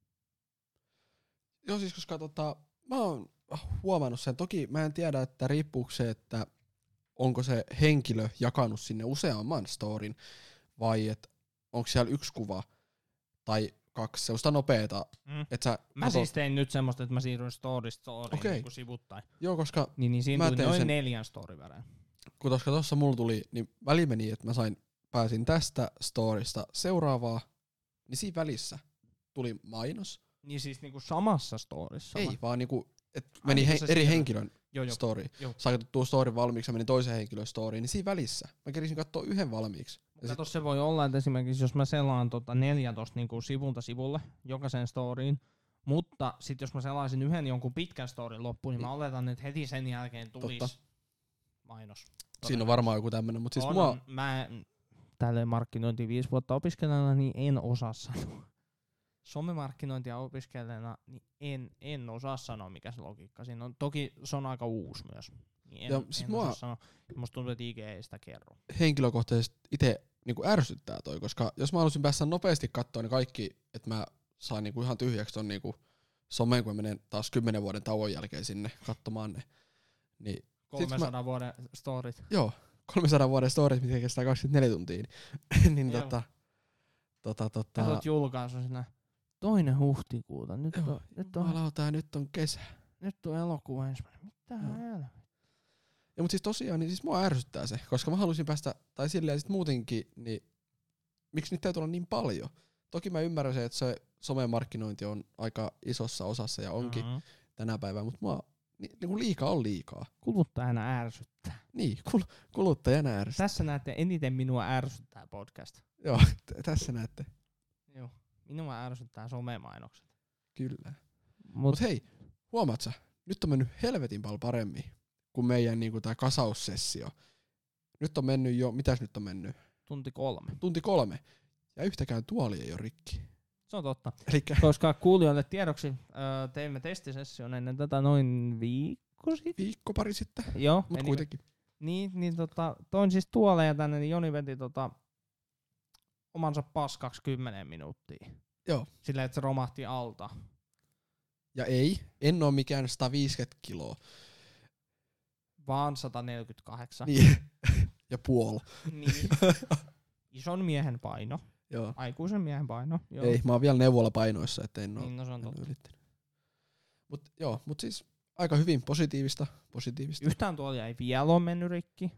Joo, siis koska mä oon huomannut sen. Toki mä en tiedä, että riippuuko se, että onko se henkilö jakanut sinne useamman storin, vai että onko siellä 1 kuva tai 2 sellaista nopeeta, että sä Mä siis tein nyt semmoista, että mä siirryin storista storiin niin kuin sivuttain. Joo, koska Niin siinä mä tuli tein noin sen 4 storin värejä. koska tossa mulla tuli, niin väli meni, että pääsin tästä storista seuraavaa, niin siinä välissä tuli mainos. Niin siis niinku samassa storissa? Ei, vaan niinku, että meni niin, eri siirryi. henkilön Joo. story. Joo. Sai katsottua storin valmiiksi ja meni toisen henkilön storyin, niin siinä välissä mä kerisin katsoa yhden valmiiksi. Ja Kato, se voi olla, että esimerkiksi jos mä selaan 4 tosta niinku sivulta sivulle jokaisen storyin, mutta sit jos mä selaisin yhden jonkun pitkän storin loppuun, niin mä oletan, että heti sen jälkeen tulisi mainos. Siinä on varmaan joku tämmönen, mutta siis Mä tälleen markkinointi 5 vuotta opiskelijana, niin en osaa sanoa. Somemarkkinointia opiskelijana, niin en osaa sanoa, mikä se logiikka siinä on. Toki se on aika uusi myös. Niin en osaa sanoa. Musta tuntuu, että IG ei sitä kerro. Henkilökohtaisesti itse niinku ärsyttää toi, koska jos mä haluaisin päästä nopeasti katsoa ne kaikki, että mä saan niinku ihan tyhjäksi ton niinku someen, kun mä menen taas 10 vuoden tauon jälkeen sinne katsomaan ne. Niin 300 vuoden storit. Joo, 300 vuoden storit, mitkä kestää 24 tuntia. niin Katsot julkaisu siinä 2. huhtikuuta. Nyt on kesä. Nyt on elokuva ensimmäinen. Mitä helvettiä? Ja mut siis tosiaan, niin siis mua ärsyttää se, koska mä halusin päästä, tai silleen sit muutenkin, niin miksi niitä täytyy olla niin paljon? Toki mä ymmärrän se, että se somemarkkinointi on aika isossa osassa ja onkin tänä päivänä, mutta mua niinku liikaa on liikaa. Kuluttajana ärsyttää. Niin, kuluttajana ärsyttää. Tässä näette eniten minua ärsyttää podcast. Joo, tässä näette. Joo. Minua ärsyttää somemainokset. Kyllä. Mut hei, huomaat sä, nyt on mennyt helvetin paljon paremmin kuin meidän niinku tää kasaussessio. Nyt on mennyt jo, mitäs nyt on mennyt? Tunti 3. Ja yhtäkään tuoli ei ole rikki. Se on totta. Elikkä koska kuulijoille tiedoksi teimme testisession ennen tätä noin viikko sitten. Viikko pari sitten. Joo. Mut kuitenkin. Niin toin siis tuoleja tänne, niin Joni veti omansa paskaksi 10 minuuttia. Joo. Silleen, että se romahti alta. Ja en oo mikään 150 kiloa. Vaan 148. Niin. Ja puoli. Niin. Ison miehen paino. Joo. Aikuisen miehen paino. Joo. Ei, mä oon vielä neuvolapainoissa, et en oo. Niin, no se on totta. Ylittänyt. Mut siis aika hyvin positiivista. Yhtään tuolia ei vielä ole mennyt rikki.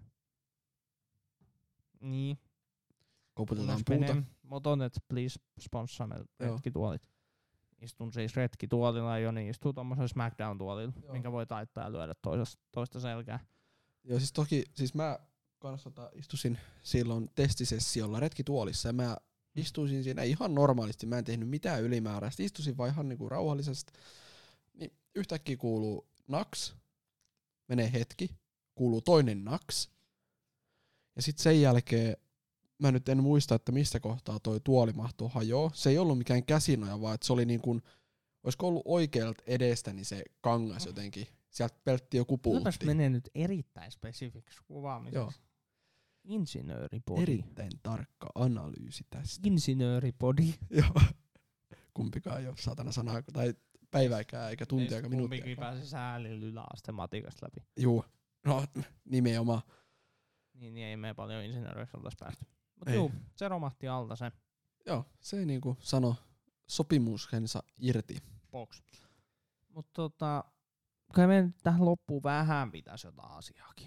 Niin. Koputetaan puuta. Motonet, please sponsor me retkituolit. Istun siis retkituolilla ja Joni istuu tommosella Smackdown-tuolilla, minkä voi taittaa ja lyödä toista selkää. Joo, siis toki, siis mä kanssa istusin silloin testisessiolla retkituolissa ja mä istuisin siinä ihan normaalisti, mä en tehnyt mitään ylimääräistä, istuisin vaan ihan niinku rauhallisesti. Niin yhtäkkiä kuuluu naks, menee hetki, kuuluu toinen naks. Ja sit sen jälkeen mä nyt en muista, että mistä kohtaa toi tuoli mahtui hajoa. Se ei ollut mikään käsinoja, vaan että se oli niin kuin olisiko ollut oikealta edestä niin se kangas jotenkin. Sieltä peltti joku pultti. Kylläpäs menee nyt erittäin spesifiksi kuvaamiseksi. Joo. Insinööripodi. Erittäin tarkka analyysi tästä. Insinööripodi. Joo. Kumpikaan ei ole saatana sanaa tai päivääkään eikä tuntia eikä minuuttia. Kumpikin pääsi säälillä yläasteen matikasta läpi. Juu. No nimenomaan. Niin ei me paljon insinööriksi oltais päästy. Mut Ei. juu, se romahti alta se Joo, se niinku sano sopimuksensa irti. box. Mut kai me nyt tähän loppuun vähän pitäis jotain asiaakin.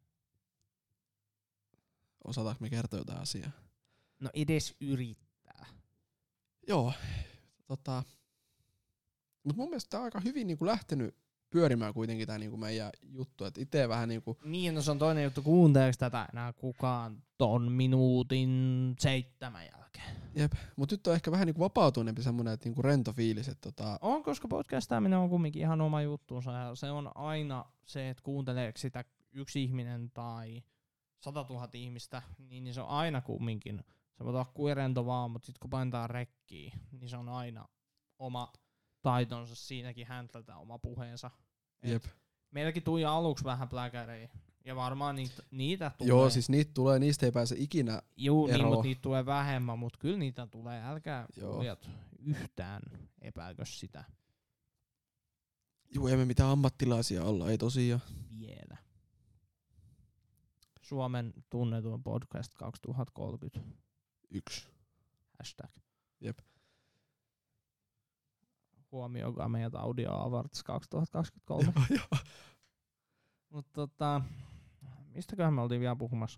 Osataanko me kertoa jotain asiaa? No edes yrittää. Joo, mut mun mielestä tää on aika hyvin niinku lähtenyt pyörimään kuitenkin tää niinku meidän juttu, et ite vähän niinku... Niin, no se on toinen juttu, kuunteleeko tätä enää kukaan ton minuutin 7 jälkeen. Jep, mut nyt on ehkä vähän niinku vapautuneempi semmonen, että niinku rento fiilis, että On, koska podcastaaminen on kumminkin ihan oma juttuunsa ja se on aina se, että kuunteleeko sitä yksi ihminen tai 100 000 ihmistä, niin se on aina kumminkin. Se voi olla kuin rento vaan, mutta sit kun painetaan rekkiä, niin se on aina oma taitonsa siinäkin häntlätä oma puheensa. Jep. Meilläkin tuli aluksi vähän pläkäreitä ja varmaan niitä tulee. Joo, siis niitä tulee, niistä ei pääse ikinä Juu, niin, eroon. mutta niitä tulee vähemmän, mutta kyllä niitä tulee. Älkää Joo. kuulijat yhtään epäilkö sitä Juu, emme mitään ammattilaisia olla, ei tosiaan. vielä. Suomen tunnetuin podcast 2031. Yksi. #. Jep. Huomioikaa meidät Audio Awards 2023. Joo. Mutta mistäköhän me oltiin vielä puhumassa?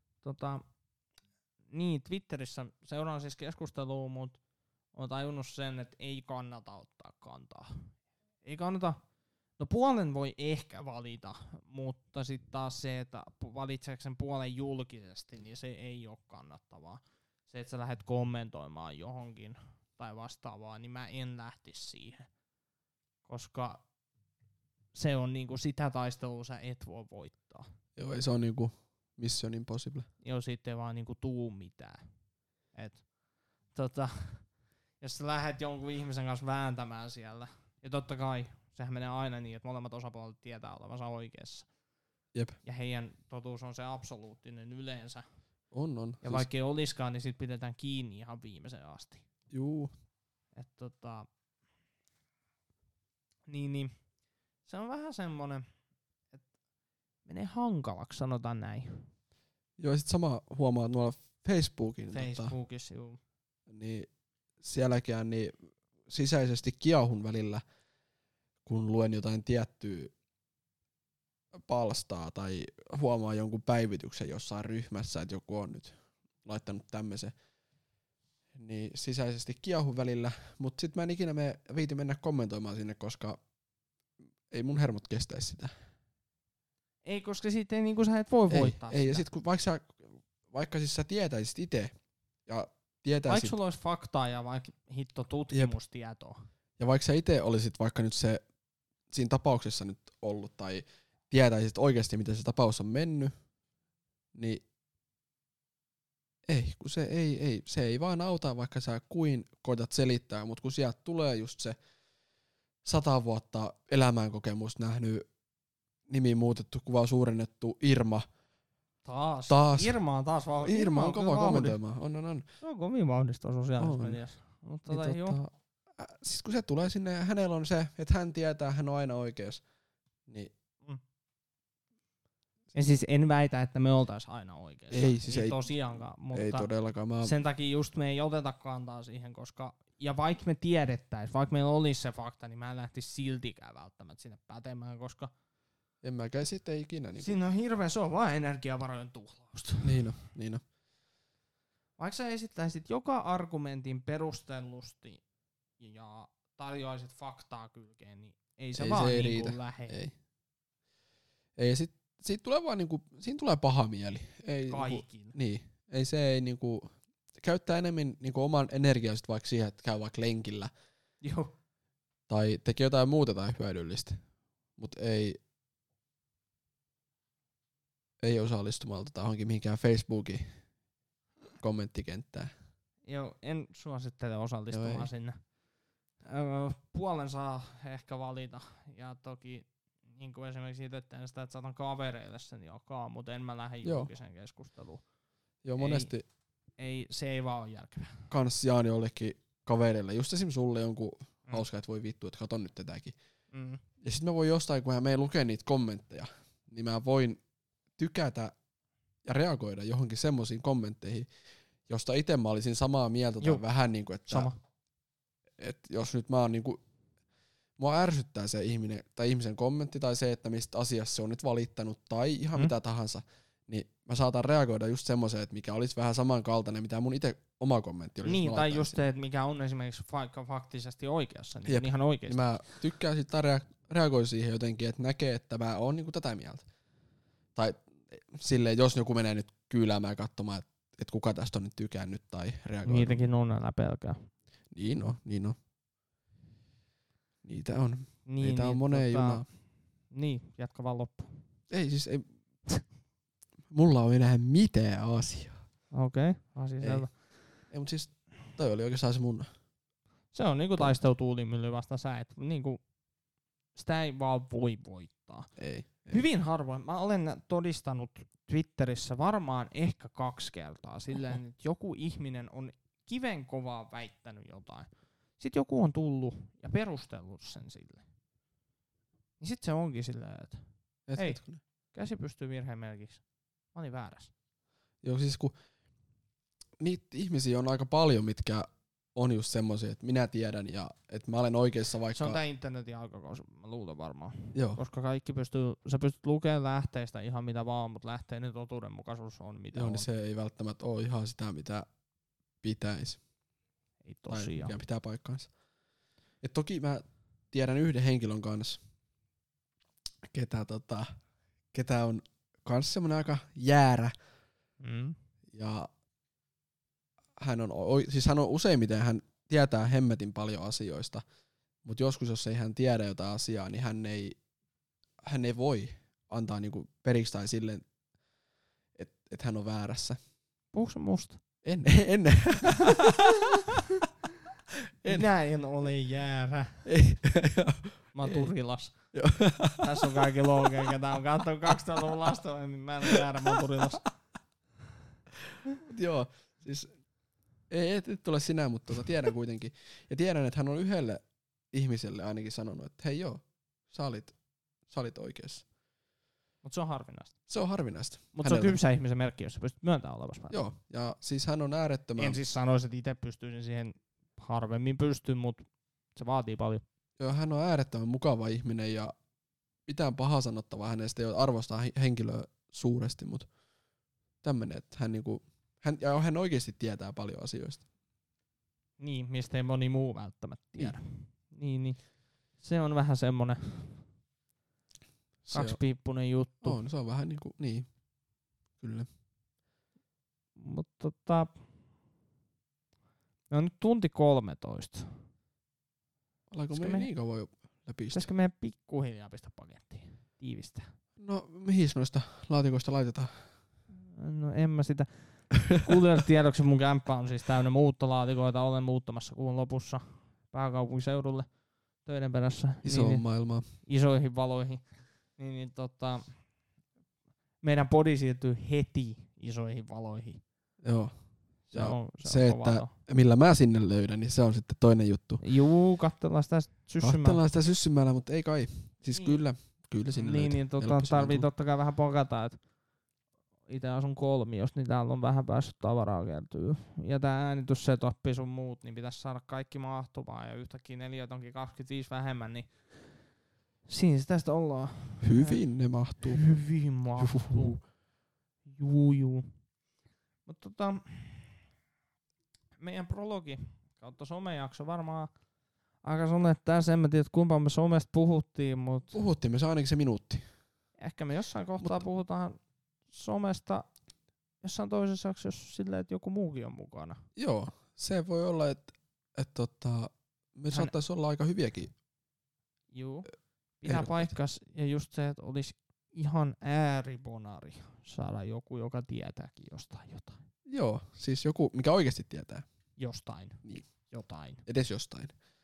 Niin, Twitterissä seuraan siis keskustelua, mutta olen tajunnut sen, että ei kannata ottaa kantaa. Ei kannata. No puolen voi ehkä valita, mutta sitten taas se, että valitseeko sen puolen julkisesti, niin se ei ole kannattavaa. Se, että sä lähdet kommentoimaan johonkin tai vastaavaa, niin mä en lähtisi siihen. Koska se on niinku sitä taistelua sä et voi voittaa. Joo, ei se on niinku Mission Impossible. Joo, siitä ei vaan niinku tuu mitään. Et, jos sä lähdet jonkun ihmisen kanssa vääntämään siellä, ja totta kai, sehän menee aina niin, että molemmat osapuolet tietää olevansa oikeassa. Jep. Ja heidän totuus on se absoluuttinen yleensä. On. Ja siis, vaikka ei oliskaan, niin sit pidetään kiinni ihan viimeiseen asti. Juu. Et niin, se on vähän semmonen, että menee hankalaksi, sanotaan näin. Joo, sit sama huomaa nuolla Facebookin. Facebookissa, juu. Niin sielläkään niin sisäisesti kiahun välillä, kun luen jotain tiettyä palstaa tai huomaa jonkun päivityksen jossain ryhmässä, että joku on nyt laittanut tämmöisen, niin sisäisesti kiahun välillä, mutta sit mä en ikinä viiti mennä kommentoimaan sinne, koska ei mun hermot kestäisi sitä. Ei, koska sitten niinku sä et voi voittaa ei, sitä. ja sit kun vaikka siis sä tietäisit itse ja vaikka sulla olisi faktaa ja vaikka hitto tutkimustietoa. Ja vaikka sä itse olisit vaikka nyt se siinä tapauksessa nyt ollut tai tietäisit oikeasti miten se tapaus on mennyt, niin ei, kun se ei vaan auta, vaikka sä kuin koetat selittää, mutta kun sieltä tulee just se 100 vuotta elämänkokemus nähnyt, nimi muutettu, kuva suurennettu Irma. Taas. Irma on taas vauhdista. Irma on kova kommentoimaan. On. Se on kovin vauhdista sosiaalisessa mediassa. Mutta niin siis kun se tulee sinne ja hänellä on se, että hän tietää, hän on aina oikeassa. Niin. Ja siis en väitä, että me oltais aina oikeassa. Ei, siis ei tosiaankaan. Mutta ei todellakaan. sen takia just me ei oteta kantaa siihen, koska ja vaikka me tiedettäis, vaikka meillä olisi se fakta, niin mä en lähtisi siltikään välttämättä sinne pätemään, koska en mäkään sitten ikinä. Niin siinä on hirveä, se on vaan energiavarojen tuhlausta. Niin on. Vaikka sä esittäisit joka argumentin perustellusti ja tarjoaisit faktaa kylkeen, niin ei se vaan se niinku lähe. Ei, siitä tulee vaan niinku, siinä tulee paha mieli. Ei Kaikin. Niin. Ei se ei niinku, käyttää enemmän niinku oman energiansa vaikka siihen, että käy vaikka lenkillä. Joo. Tai tekee jotain muuta tai hyödyllistä. Mut ei osallistumalta tahonkin mihinkään Facebookin kommenttikenttään. Joo, en suosittele osallistumaan sinne. puolen saa ehkä valita. Ja toki niin kuin esimerkiksi itse teen sitä, että saatan kavereille sen jakaa, mutta en mä lähde julkiseen keskusteluun. Joo, monesti Se ei vaan ole järkevää. Kans jaan jollekin kavereille. Just esim. Sulle jonkun hauska, että voi vittu, että katon nyt tätäkin. Ja sit mä voin jostain, kun mä menen lukea niitä kommentteja, niin mä voin tykätä ja reagoida johonkin semmosiin kommentteihin, josta itse mä olisin samaa mieltä tai vähän niinku, että sama. Et jos nyt mä oon niinku, mua ärsyttää se ihminen tai ihmisen kommentti tai se, että mistä asiassa se on nyt valittanut tai ihan mitä tahansa, niin mä saatan reagoida just semmoiseen, että mikä olisi vähän samankaltainen, mitä mun itse oma kommentti olisi. Niin, tai just se, että mikä on esimerkiksi vaikka faktisesti oikeassa, niin ihan oikeasti. Mä tykkään sitten reagoida siihen jotenkin, että näkee, että mä oon niinku tätä mieltä. Tai silleen, jos joku menee nyt kyyläämään katsomaan, että kuka tästä on nyt tykännyt tai reagoinut. Niitäkin on, älä pelkää. Niin on. Niitä on. Niitä on moneen junaan. Niin, jatka vaan loppuun. Ei siis, ei. Mulla on enää mitään asiaa. Okei, asia selvä. Ei, mut siis toi oli oikeastaan se mun. Se on niinku taistelu tuulimylly vasta sä, et niinku sitä ei vaan voi voittaa. Ei. Hyvin harvoin. Mä olen todistanut Twitterissä varmaan ehkä 2 kertaa silleen, että joku ihminen on kivenkovaa väittänyt jotain. Sitten joku on tullut ja perustellut sen sille. Niin sit se onkin silleen, että hei, käsi pystyy virheen merkiksi. Mä olin väärässä. Joo, siis kun niitä ihmisiä on aika paljon, mitkä on just semmosia, että minä tiedän ja että mä olen oikeassa vaikka. Se on tää internetin aikakausi, mä luulen varmaan. Joo. Koska kaikki sä pystyt lukemaan lähteistä ihan mitä vaan, mutta lähteiden totuudenmukaisuus on mitä on. Niin se ei välttämättä ole ihan sitä, mitä pitäisi. Ei tosiaan. Tai pitää paikkaansa. Et toki mä tiedän yhden henkilön kanssa, ketä on kans semmonen aika jäärä. Ja hän on useimmiten hän tietää hemmetin paljon asioista, mutta joskus jos ei hän tiedä jotain asiaa, niin hän ei voi antaa niinku periksi tai silleen, että hän on väärässä. Puhuuko se musta? En. Minä en ole jäärä. Maturilas. Tässä on kaikki loogia, ketä on katsonut 2000-luvun lasta, niin mä en ole jäärä maturilas. Joo, siis ei tule sinä, mutta tiedän kuitenkin. Ja tiedän, että hän on yhdelle ihmiselle ainakin sanonut, että hei joo, sä olit oikeassa. Mutta se on harvinaista. Se on harvinaista. Mutta se on kypsä ihmisen merkki, jos sä pystyt myöntämään olevasi. Joo, ja siis hän on äärettömän. En siis sanoisi, että itse pystyisin siihen harvemmin pystyn, mutta se vaatii paljon. Joo, hän on äärettömän mukava ihminen ja mitään pahaa sanottavaa hänestä ei ole, arvostaa henkilöä suuresti, mutta tämmönen, että hän oikeasti tietää paljon asioista. Niin, mistä ei moni muu välttämättä tiedä. Niin. Se on vähän semmonen kaksipiippunen juttu. On, se on vähän niinku, niin, kyllä. Mutta me on nyt tunti 13. Ollaanko me niin kauan jo läpi? Pitäisikö meidän pikkuhiljaa pistää pakettiin? Tiivistää. No, mihin noista laatikoista laitetaan? No en mä sitä. Kuulijoille tiedoksi mun kämppä on siis täynnä muuttolaatikoita. Olen muuttamassa kuun lopussa pääkaupunkiseudulle töiden perässä. Isoon maailmaan. Isoihin valoihin. Meidän podi siirtyy heti isoihin valoihin. Joo. Se on että millä mä sinne löydän, niin se on sitten toinen juttu. Juu, katsellaan sitä Syssymällä, mutta ei kai. Siis kyllä sinne löytyy. Niin tarvii totta kai vähän pokata, että itse asun kolmiosta, niin täällä on vähän päässyt tavaraa kertyy. Ja tää äänityssetoppi sun muut, niin pitäisi saada kaikki mahtumaan. Ja yhtäkkiä 4 onkin 25 vähemmän, niin siinä tästä ollaan. Hyvin ne mahtuu. Hyvin mahtuu. Juu. Mutta meidän prologi kautta somejakso varmaan aika sellainen, että tässä en mä tiedä, kuinka me somesta puhuttiin, mutta puhuttiin me se ainakin se minuutti. Ehkä me jossain kohtaa puhutaan somesta jossain toisessa jaksossa silleen, että joku muukin on mukana. Joo, se voi olla, että me saattaisi olla aika hyviäkin. Juu, pitää paikkas ja just se, että olisi ihan ääribonari saada joku, joka tietääkin jostain jotain. Joo, siis joku, mikä oikeasti tietää. Jostain. Niin. Jotain. Edes jostain.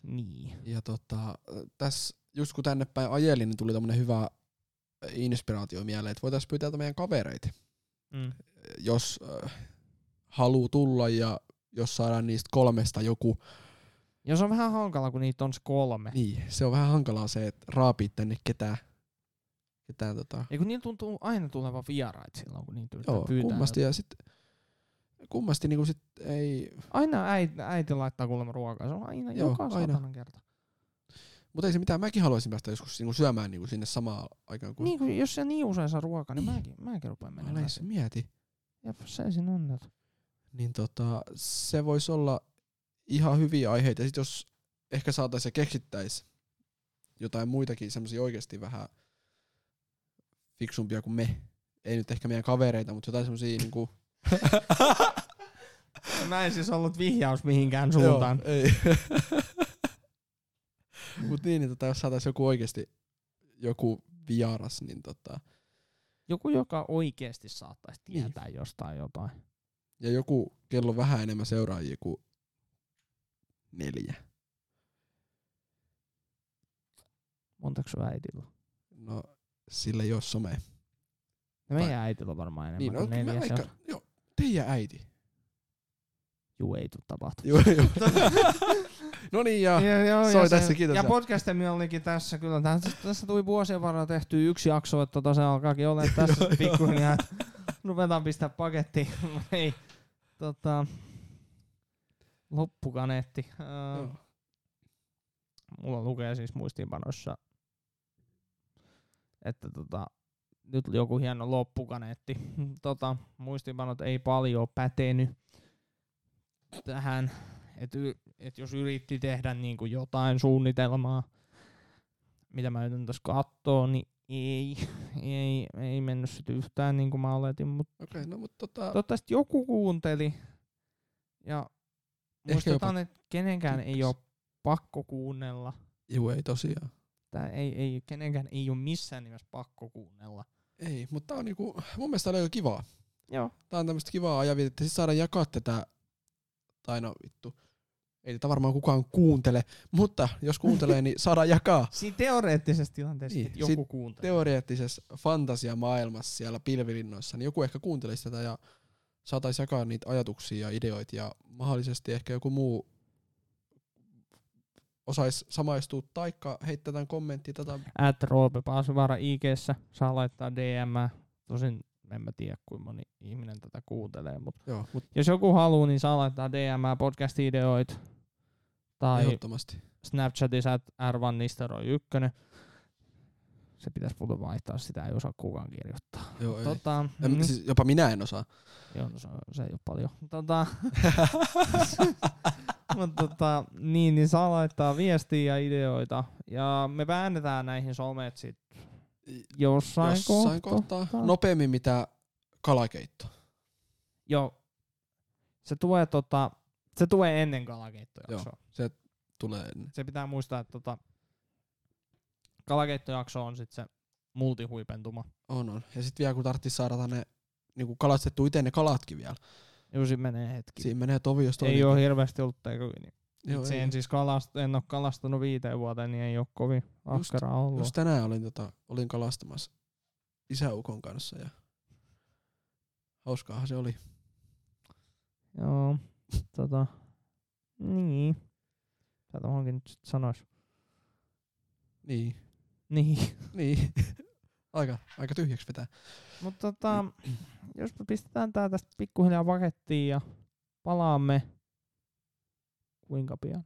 Niin. Ja tässä just kun tänne päin ajelin, niin tuli tämmönen hyvä inspiraatio mieleen, että voitaisiin pyytää meidän kavereita, jos haluu tulla ja jos saadaan niistä 3 joku. Ja se on vähän hankala, kun niitä on 3. Niin, se on vähän hankalaa se, että raapii tänne ketään Ja kun niillä tuntuu aina tulevan vieraita silloin, kun niitä yrittää joo, pyytää. kummasti ja kummasti niinku sit ei. Aina äiti laittaa kuulemma ruokaa, se on aina joka saatanan kerta. Mutta ei se mitään, mäkin haluaisin päästä joskus niinku syömään niinku sinne samaan aikaan kuin. Niin kuin jos se niin usein saa ruokaa, niin mäkin rupean menemään. Se mieti. Jep, se siinä on. Niin se voisi olla ihan hyviä aiheita. Ja sit jos ehkä saatais ja keksittäis jotain muitakin semmosia oikeesti vähän fiksumpia kuin me. Ei nyt ehkä meidän kavereita, mutta jotain semmosia niinku. Mä en siis ollut vihjaus mihinkään suuntaan. Joo, ei. Mut niin, jos saatais joku oikeesti joku vieras, niin Joku, joka oikeesti saattaisi tietää jostain jotain. Ja joku, kello on vähän enemmän seuraajia kuin 4. Montako sun äitillä? No, sillä ei oo somea. Ja meidän äitillä on varmaan enemmän kuin 4. Joo, teidän äiti. Juu, ei tuu tapahtua. Joo. No niin, ja soi tässä, kiitos. Ja podcastemi olikin tässä, kyllä. Tässä tuli vuosien varrella tehty 1 jakso, että se alkaakin olemaan tässä pikkuhiljaa, että ruvetaan pistää pakettiin. Ei, loppukaneetti. Mulla lukee siis muistiinpanoissa, että nyt joku hieno loppukaneetti. Muistiinpanot ei paljon pätenyt tähän, että jos yritti tehdä niinku jotain suunnitelmaa, mitä mä yritän tässä kattoo, niin ei mennyt sit yhtään niin kuin mä oletin, mutta toivottavasti joku kuunteli ja muistetaan, että kenenkään ei ole pakko kuunnella. Juu, ei tosiaan. Kenenkään ei ole missään nimessä pakko kuunnella. Ei, mutta tää on niinku, mun mielestä tää oli aika kivaa. Joo. Tää on tämmöstä kivaa ajanvietettä, sit saadaan jakaa tätä, tai no vittu, ei tätä varmaan kukaan kuuntele, mutta jos kuuntelee, niin saadaan jakaa. Siinä teoreettisessa tilanteessa, niin, että joku kuuntelee. Teoreettisessa fantasiamaailmassa siellä pilvilinnoissa, niin joku ehkä kuuntelisi tätä ja saataisiin jakaa niitä ajatuksia ja ideoita ja mahdollisesti ehkä joku muu osaisi samaistua taikka heittää tämän kommenttia. @Roope Paasivaara IG:ssä saa laittaa DM. Tosin en mä tiedä, kuinka moni ihminen tätä kuuntelee, mutta jos joku haluaa, niin saa laittaa DM podcast-ideoita tai Snapchatissa @R1Nisteroi1. Se pitäisi muuten vaihtaa, sitä ei osaa kukaan kirjoittaa. Joo, ei. Siis jopa minä en osaa. Joo, no se ei ole paljon. Niin saa laittaa viestiä ja ideoita. Ja me väännetään näihin somet sit jossain kohtaa. Nopeammin mitä kalakeitto. Joo. Se tulee ennen kalakeittojaksoa. Joo, se tulee ennen. Se pitää muistaa, että kalakeittojakso on sit se multihuipentuma. On. Ja sit vielä kun tarvitsisi saada tänne niinku kalastettua itse ne kalatkin vielä. Joo, siinä menee hetki. Siinä menee tovi, jos ei oo hirveästi ollut tekoja. Niin itse en siis en oo kalastanut 5 vuoteen, niin ei oo kovin ahkeraa ollut. Just tänään olin kalastamassa isäukon kanssa ja hauskaahan se oli. Joo, niin. Sä tuohonkin nyt sit sanois. Niin. Niin. Aika tyhjäksi vetää. Mutta jos me pistetään tää tästä pikkuhiljaa pakettiin ja palaamme kuinka pian?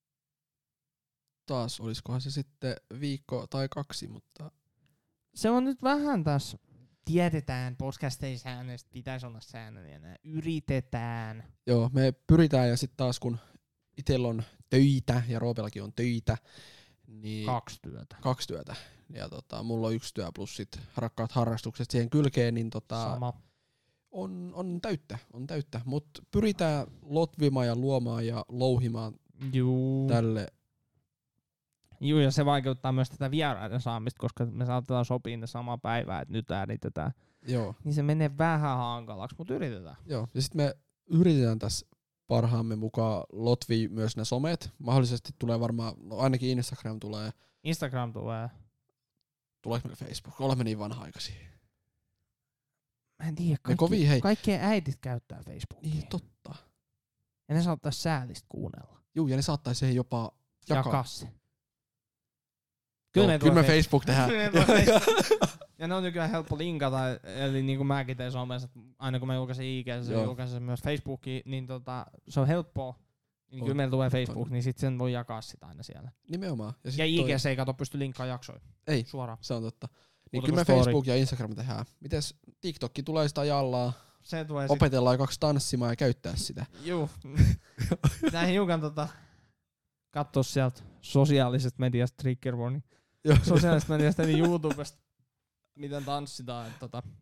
Taas olisikohan se sitten viikko tai 2, mutta se on nyt vähän tässä. Tiedetään, podcasteissa säännöistä pitäisi olla säännöllinen. Yritetään. Joo, me pyritään ja sitten taas kun itsellä on töitä ja Roopellakin on töitä, niin 2 työtä. 2 työtä. Ja mulla on 1 työ plus sit rakkaat harrastukset siihen kylkeen, niin sama. On täyttä. Mut pyritään lotvimaan ja luomaan ja louhimaan tälle. Juu, ja se vaikeuttaa myös tätä vieraiden saamista, koska me saatetaan sopia ne sama päivä, että nyt äänitetään. Joo. Niin se menee vähän hankalaksi, mutta yritetään. Joo, ja sit me yritetään tässä parhaamme mukaan lotvii myös ne somet. Mahdollisesti tulee varmaan, no ainakin Instagram tulee. Instagram tulee. Tuleeko meillä Facebook? Olemme niin vanha-aikaisia. Mä en tiedä, kaikkien äitit käyttää Facebookia. Niin, totta. Ja ne saattais säälistä kuunnella. Juu, ja ne saattais siihen jopa jakaa se. Kyllä me Facebook tehdään. Ja ne on nykyään helppo linkata, eli niin kuin mäkin tein somessa, aina kun mä julkaisen IG, se julkaisen myös Facebookiin, niin se on helppoa. Niin kyllä meillä tulee Facebook, niin sit sen voi jakaa sitä aina siellä. Nimenomaan. Ja IG se ei pysty linkkaamaan jaksoja. Ei, suoraan. Se on totta. Niin kyllä me Facebook ja Instagram tehdään. Mites TikTokki tulee sitä ajallaan? Se tulee opetellaan 2 tanssimaan ja käyttää sitä. Juu. Pitää hiukan kattoo sieltä sosiaalisesta mediasta, trigger warning. Sosiaalisesta mediasta eli YouTubesta, miten tanssitaan.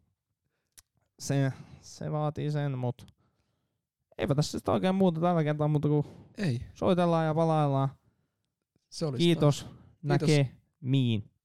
Se vaatii sen, mut eipä tässä sitä oikein muuta tällä kertaa, mutta kun soitellaan ja palaillaan. Se oli Kiitos. Näkemiin.